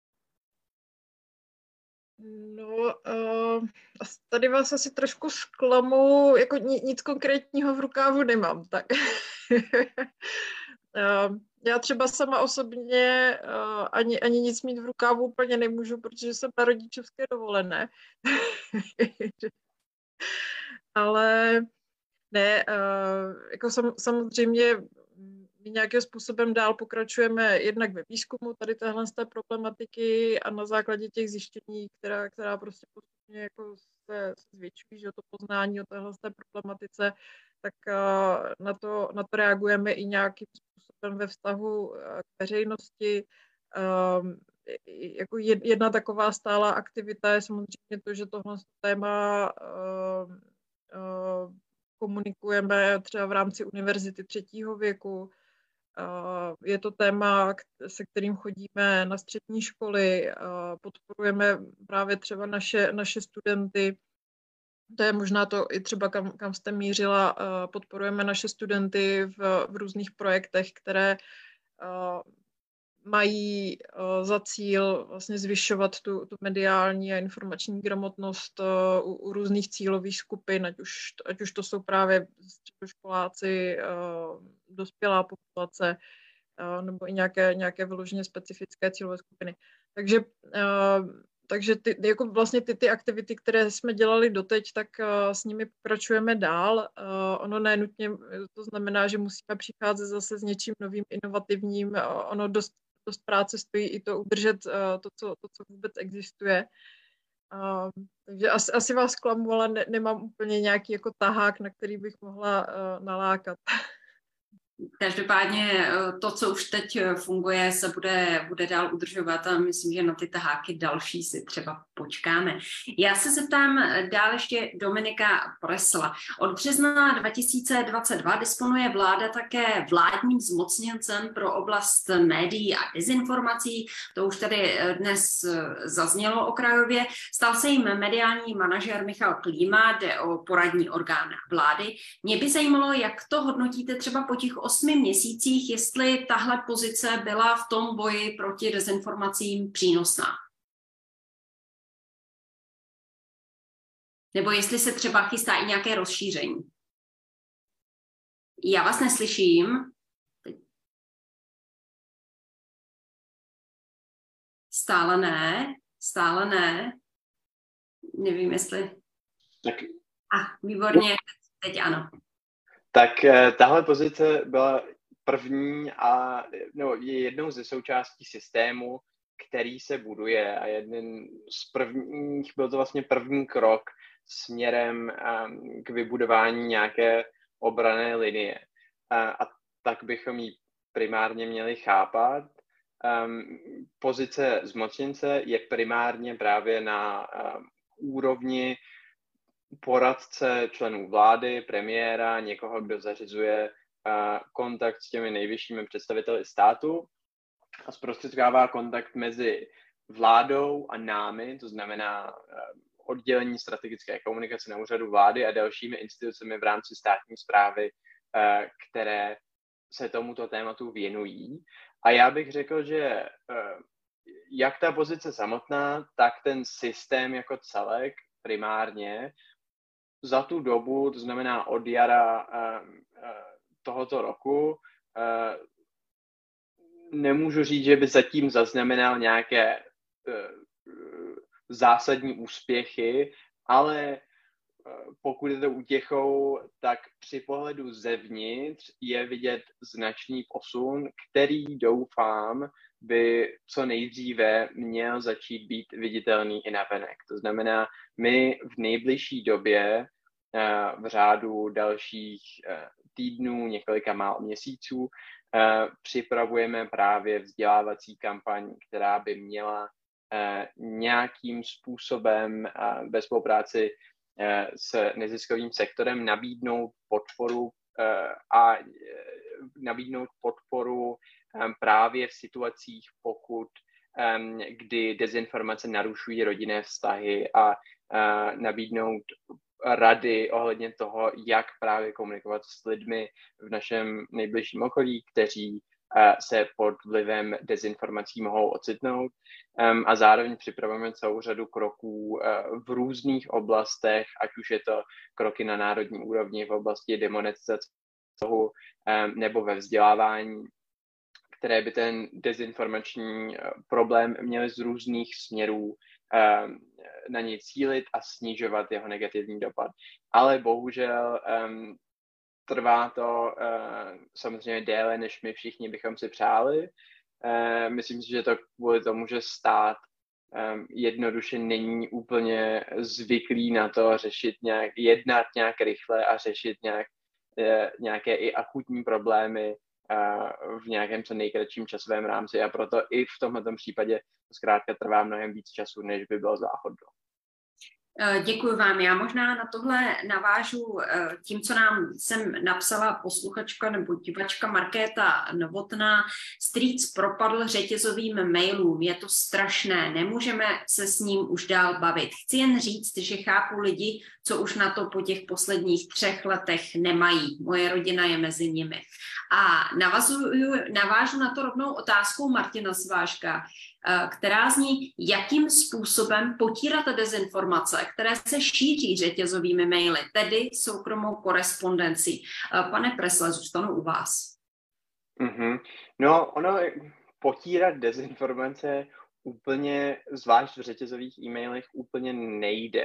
No, tady vás asi trošku zklamu, jako nic konkrétního v rukávu nemám, tak. Já třeba sama osobně ani nic mít v rukávu úplně nemůžu, protože jsem na rodičovské dovolené. Ale ne, jako samozřejmě my nějakým způsobem dál pokračujeme jednak ve výzkumu tady téhle z té problematiky a na základě těch zjištění, která prostě postupně jako se zvětšují, že to poznání o téhle z té problematice, tak na to reagujeme i nějakým způsobem ve vztahu k veřejnosti. Jako jedna taková stálá aktivita je samozřejmě to, že tohle téma komunikujeme třeba v rámci univerzity 3. věku. Je to téma, se kterým chodíme na střední školy, podporujeme právě třeba naše studenty. To je možná to i třeba, kam jste mířila, podporujeme naše studenty v různých projektech, které mají za cíl vlastně zvyšovat tu mediální a informační gramotnost u různých cílových skupin, ať už to jsou právě středoškoláci, dospělá populace, nebo i nějaké vyloženě specifické cílové skupiny. Takže jako vlastně ty aktivity, které jsme dělali doteď, tak s nimi pokračujeme dál. Ono nenutně to znamená, že musíme přicházet zase s něčím novým, inovativním. Ono dost práce stojí i to udržet to, co vůbec existuje. Takže asi vás klamu, ale nemám úplně nějaký jako tahák, na který bych mohla nalákat. Každopádně to, co už teď funguje, se bude dál udržovat a myslím, že na ty taháky další si třeba počkáme. Já se zeptám dál ještě Dominika Presla. Od března 2022 disponuje vláda také vládním zmocněncem pro oblast médií a dezinformací. To už tady dnes zaznělo okrajově. Stal se jim mediální manažer Michal Klíma, jde o poradní orgán vlády. Mě by zajímalo, jak to hodnotíte třeba po těch 8 měsících, jestli tahle pozice byla v tom boji proti dezinformacím přínosná. Nebo jestli se třeba chystá i nějaké rozšíření. Já vás neslyším. Stále ne. Nevím, jestli... Tak. Výborně, teď ano. Tak tahle pozice byla první je jednou ze součástí systému, který se buduje a jeden z prvních, byl to vlastně první krok směrem k vybudování nějaké obranné linie. A tak bychom ji primárně měli chápat. Pozice zmocněnce je primárně právě na úrovni poradce členů vlády, premiéra, někoho, kdo zařizuje kontakt s těmi nejvyššími představiteli státu a zprostředkovává kontakt mezi vládou a námi, to znamená oddělení strategické komunikace na úřadu vlády a dalšími institucemi v rámci státní správy, které se tomuto tématu věnují. A já bych řekl, že jak ta pozice samotná, tak ten systém jako celek primárně za tu dobu, to znamená od jara tohoto roku, nemůžu říct, že by zatím zaznamenal nějaké zásadní úspěchy, ale pokud je to útěchou, tak při pohledu zevnitř je vidět značný posun, který doufám by co nejdříve měl začít být viditelný i navenek. To znamená, my v nejbližší době v řádu dalších týdnů, několika málo měsíců, připravujeme právě vzdělávací kampaň, která by měla nějakým způsobem ve spolupráci s neziskovým sektorem nabídnout podporu právě v situacích, kdy dezinformace narušují rodinné vztahy a nabídnout rady ohledně toho, jak právě komunikovat s lidmi v našem nejbližším okolí, kteří se pod vlivem dezinformací mohou ocitnout. A zároveň připravujeme celou řadu kroků v různých oblastech, ať už je to kroky na národní úrovni v oblasti demonetizace nebo ve vzdělávání, které by ten dezinformační problém měly z různých směrů na něj cílit a snižovat jeho negativní dopad. Ale bohužel trvá to samozřejmě déle, než my všichni bychom si přáli. Myslím si, že to kvůli tomu, že stát jednoduše není úplně zvyklý na to jednat nějak rychle a řešit nějaké i akutní problémy v nějakém co nejkratším časovém rámci a proto i v tomto případě zkrátka trvá mnohem víc času, než by bylo záhodno. Děkuji vám. Já možná na tohle navážu tím, co nám sem napsala posluchačka nebo divačka Markéta Novotná. Strýc propadl řetězovým mailům. Je to strašné. Nemůžeme se s ním už dál bavit. Chci jen říct, že chápu lidi, co už na to po těch posledních 3 letech nemají. Moje rodina je mezi nimi. A navážu na to rovnou otázkou Martina Svážka, která zní, jakým způsobem potírat dezinformace, které se šíří řetězovými maily, tedy soukromou korespondencí. Pane Presle, zůstanu u vás. No, potírat dezinformace úplně, zvlášť v řetězových e-mailech, úplně nejde.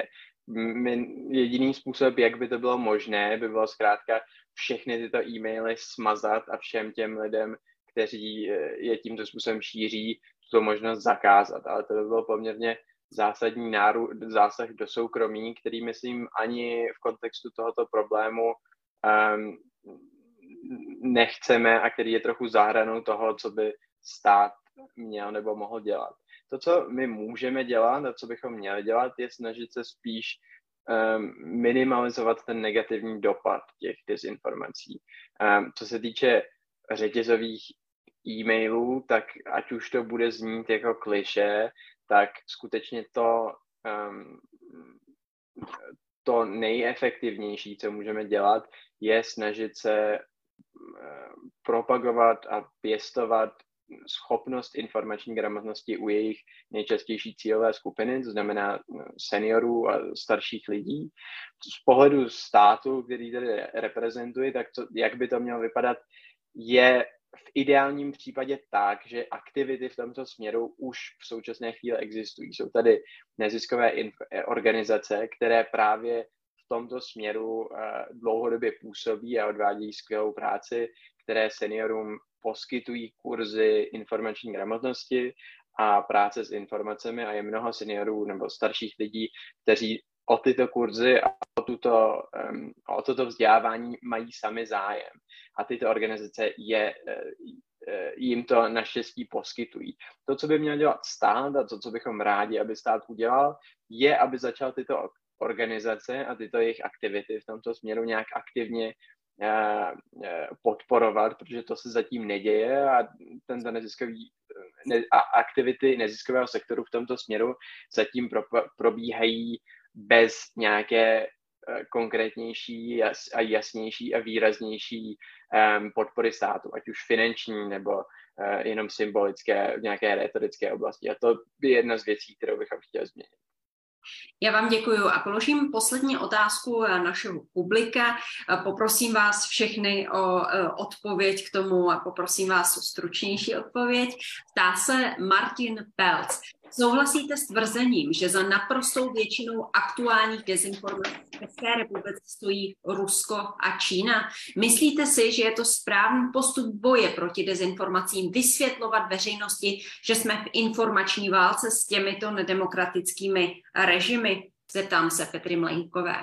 Jediný způsob, jak by to bylo možné, by bylo zkrátka všechny tyto e-maily smazat a všem těm lidem, kteří je tímto způsobem šíří, tu možnost zakázat. Ale to by bylo poměrně zásadní zásah do soukromí, který, myslím, ani v kontextu tohoto problému nechceme a který je trochu za hranou toho, co by stát měl nebo mohl dělat. To, co my můžeme dělat a co bychom měli dělat, je snažit se spíš minimalizovat ten negativní dopad těch dezinformací. Co se týče řetězových e-mailů, tak ať už to bude znít jako klišé, tak skutečně to nejefektivnější, co můžeme dělat, je snažit se propagovat a pěstovat schopnost informační gramotnosti u jejich nejčastější cílové skupiny, to znamená seniorů a starších lidí. Z pohledu státu, který tady reprezentuji, tak jak by to mělo vypadat, je v ideálním případě tak, že aktivity v tomto směru už v současné chvíli existují. Jsou tady neziskové organizace, které právě v tomto směru dlouhodobě působí a odvádějí skvělou práci, které seniorům poskytují kurzy informační gramotnosti a práce s informacemi a je mnoho seniorů nebo starších lidí, kteří o tyto kurzy a o toto vzdělávání mají sami zájem. A tyto organizace jim to naštěstí poskytují. To, co by měl dělat stát a to, co bychom rádi, aby stát udělal, je, aby začal tyto organizace a tyto jejich aktivity v tomto směru nějak aktivně podporovat, protože to se zatím neděje a tento aktivity neziskového sektoru v tomto směru zatím probíhají bez nějaké konkrétnější a jasnější a výraznější podpory státu, ať už finanční nebo jenom symbolické v nějaké rétorické oblasti. A to je jedna z věcí, kterou bychom chtěli změnit. Já vám děkuju a položím poslední otázku našeho publika. Poprosím vás všechny o odpověď k tomu a poprosím vás o stručnější odpověď. Ptá se Martin Pelc. Souhlasíte s tvrzením, že za naprostou většinou aktuálních dezinformací v České republice stojí Rusko a Čína? Myslíte si, že je to správný postup boje proti dezinformacím vysvětlovat veřejnosti, že jsme v informační válce s těmito nedemokratickými režimy? Zeptám se Petry Mlejnkové.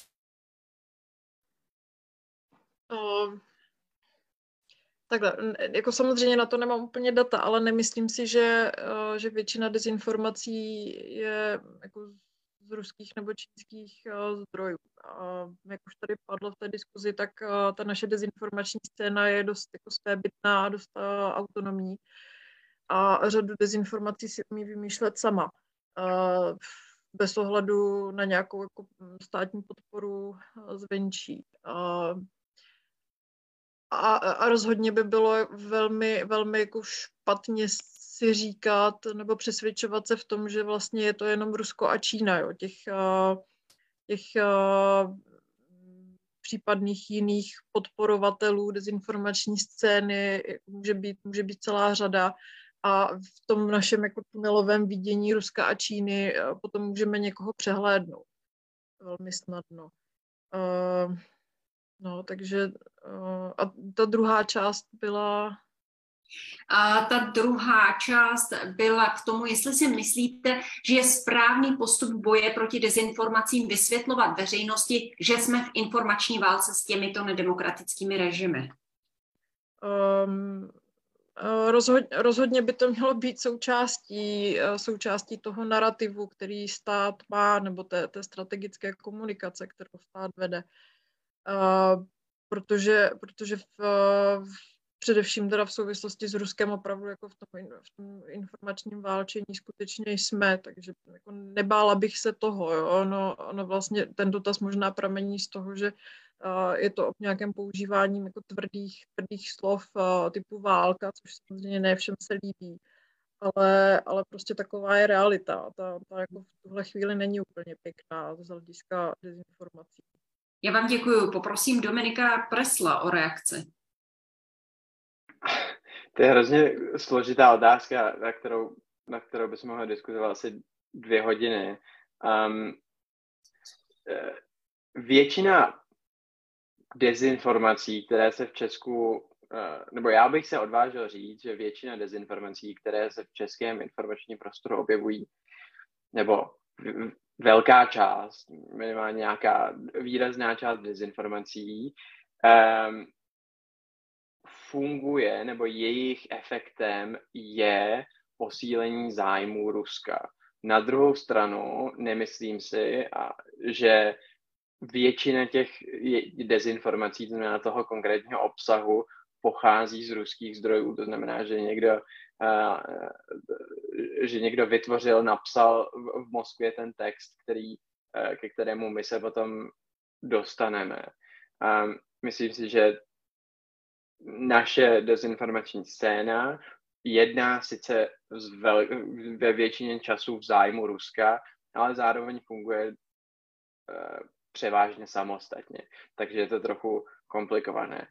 Takhle, jako samozřejmě na to nemám úplně data, ale nemyslím si, že většina dezinformací je jako z ruských nebo čínských zdrojů. Jak už tady padlo v té diskuzi, tak ta naše dezinformační scéna je dost jako svébytná, dost autonomní a řadu dezinformací si umí vymýšlet sama. Bez ohledu na nějakou jako státní podporu zvenčí. A rozhodně by bylo velmi, velmi jako špatně si říkat nebo přesvědčovat se v tom, že vlastně je to jenom Rusko a Čína. Jo. Těch případných jiných podporovatelů dezinformační scény může být celá řada. A v tom našem jako tunelovém vidění Ruska a Číny potom můžeme někoho přehlédnout. Velmi snadno. Takže a ta druhá část byla... A ta druhá část byla k tomu, jestli si myslíte, že je správný postup boje proti dezinformacím vysvětlovat veřejnosti, že jsme v informační válce s těmito nedemokratickými režimy. Rozhodně by to mělo být součástí toho narrativu, který stát má, nebo té strategické komunikace, kterou stát vede. Protože především teda v souvislosti s Ruskem opravdu jako v tom informačním válčení skutečně jsme, takže jako nebála bych se toho. Jo. Ono vlastně ten dotaz možná pramení z toho, že je to o nějakém používání jako tvrdých slov typu válka, což samozřejmě ne všem se líbí. Ale prostě taková je realita. Ta jako v tuhle chvíli není úplně pěkná z hlediska dezinformací. Já vám děkuju. Poprosím Dominika Presla o reakci. To je hrozně složitá otázka, na kterou bychom mohli diskutovat asi 2 hodiny. Většina dezinformací, které se v Česku, nebo já bych se odvážil říct, že většina dezinformací, které se v českém informačním prostoru objevují, nebo velká část, minimálně nějaká výrazná část dezinformací, funguje, nebo jejich efektem je posílení zájmů Ruska. Na druhou stranu nemyslím si, že většina těch dezinformací, to znamená toho konkrétního obsahu, pochází z ruských zdrojů. To znamená, že někdo vytvořil, napsal v Moskvě ten text, ke kterému my se potom dostaneme. Myslím si, že naše dezinformační scéna jedná sice ve většině času v zájmu Ruska, ale zároveň funguje převážně samostatně. Takže je to trochu komplikované.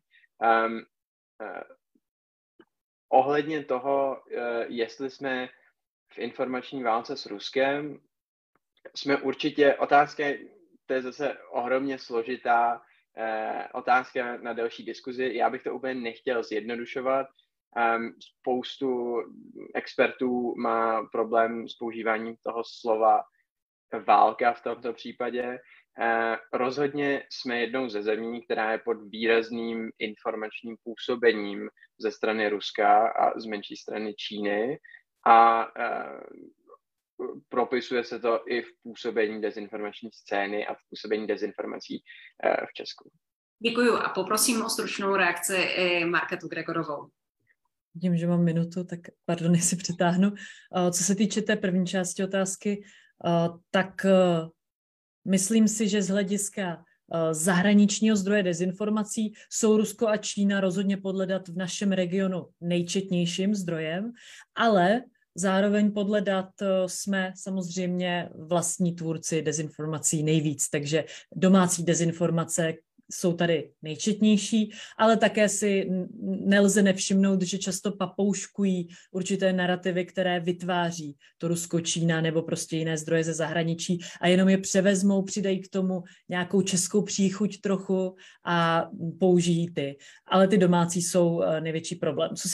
Ohledně toho, jestli jsme v informační válce s Ruskem, jsme určitě, to je zase ohromně složitá otázka na delší diskuzi. Já bych to úplně nechtěl zjednodušovat. Spoustu expertů má problém s používáním toho slova válka v tomto případě. Rozhodně jsme jednou ze zemí, která je pod výrazným informačním působením ze strany Ruska a z menší strany Číny a propisuje se to i v působení dezinformační scény a v působení dezinformací v Česku. Děkuju a poprosím o stručnou reakci i Markétu Gregorovou. Vidím, že mám minutu, tak pardon, jestli přetáhnu. Co se týče té první části otázky, tak myslím si, že z hlediska zahraničního zdroje dezinformací jsou Rusko a Čína rozhodně podle dat v našem regionu nejčetnějším zdrojem, ale zároveň podle dat jsme samozřejmě vlastní tvůrci dezinformací nejvíc, takže domácí dezinformace jsou tady nejčetnější, ale také si nelze nevšimnout, že často papouškují určité narrativy, které vytváří to Rusko, Čína nebo prostě jiné zdroje ze zahraničí a jenom je převezmou, přidají k tomu nějakou českou příchuť trochu a použijí ty. Ale ty domácí jsou největší problém. Co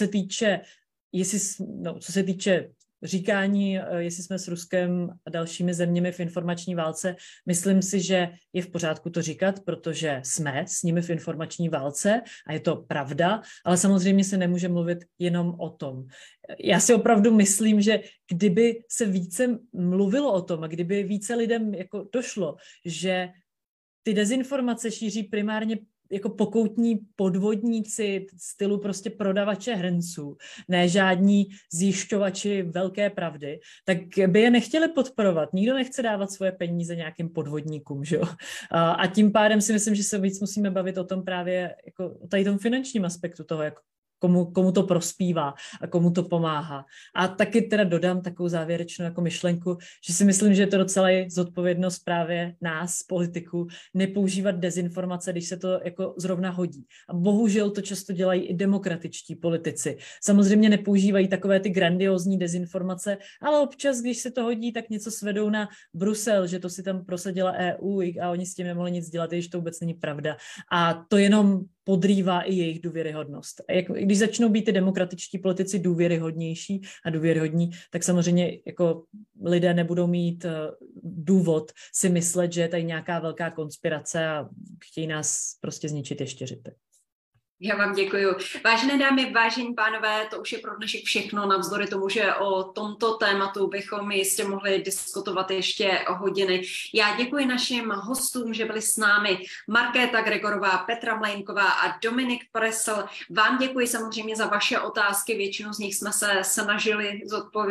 se týče říkání, jestli jsme s Ruskem a dalšími zeměmi v informační válce, myslím si, že je v pořádku to říkat, protože jsme s nimi v informační válce a je to pravda, ale samozřejmě se nemůže mluvit jenom o tom. Já si opravdu myslím, že kdyby se více mluvilo o tom a kdyby více lidem jako došlo, že ty dezinformace šíří primárně jako pokoutní podvodníci stylu prostě prodavače hrnců, ne žádní zjišťovači velké pravdy, tak by je nechtěli podporovat. Nikdo nechce dávat svoje peníze nějakým podvodníkům, že jo? A tím pádem si myslím, že se víc musíme bavit o tom právě jako o tady tom finančním aspektu toho, jako komu to prospívá a komu to pomáhá. A taky teda dodám takovou závěrečnou jako myšlenku, že si myslím, že je to docela zodpovědnost právě nás, politiků, nepoužívat dezinformace, když se to jako zrovna hodí. A bohužel to často dělají i demokratičtí politici. Samozřejmě nepoužívají takové ty grandiózní dezinformace, ale občas, když se to hodí, tak něco svedou na Brusel, že to si tam prosadila EU a oni s tím nemohli nic dělat, když to vůbec není pravda. A to jenom podrývá i jejich důvěryhodnost. Když začnou být ty demokratičtí politici důvěryhodnější a důvěryhodní, tak samozřejmě jako lidé nebudou mít důvod si myslet, že je tady nějaká velká konspirace a chtějí nás prostě zničit ještěřity. Já vám děkuju. Vážené dámy, vážení pánové, to už je pro dnešek všechno, navzdory tomu, že o tomto tématu bychom jistě mohli diskutovat ještě hodiny. Já děkuji našim hostům, že byli s námi Markéta Gregorová, Petra Mlejnková a Dominik Presl. Vám děkuji samozřejmě za vaše otázky, většinu z nich jsme se snažili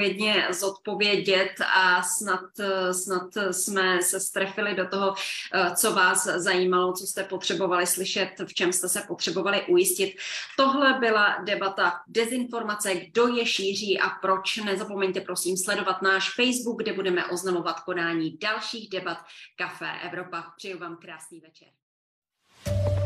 zodpovědět a snad jsme se strefili do toho, co vás zajímalo, co jste potřebovali slyšet, v čem jste se potřebovali ujistit. Tohle byla debata dezinformace, kdo je šíří a proč. Nezapomeňte prosím sledovat náš Facebook, kde budeme oznamovat konání dalších debat Café Evropa. Přeju vám krásný večer.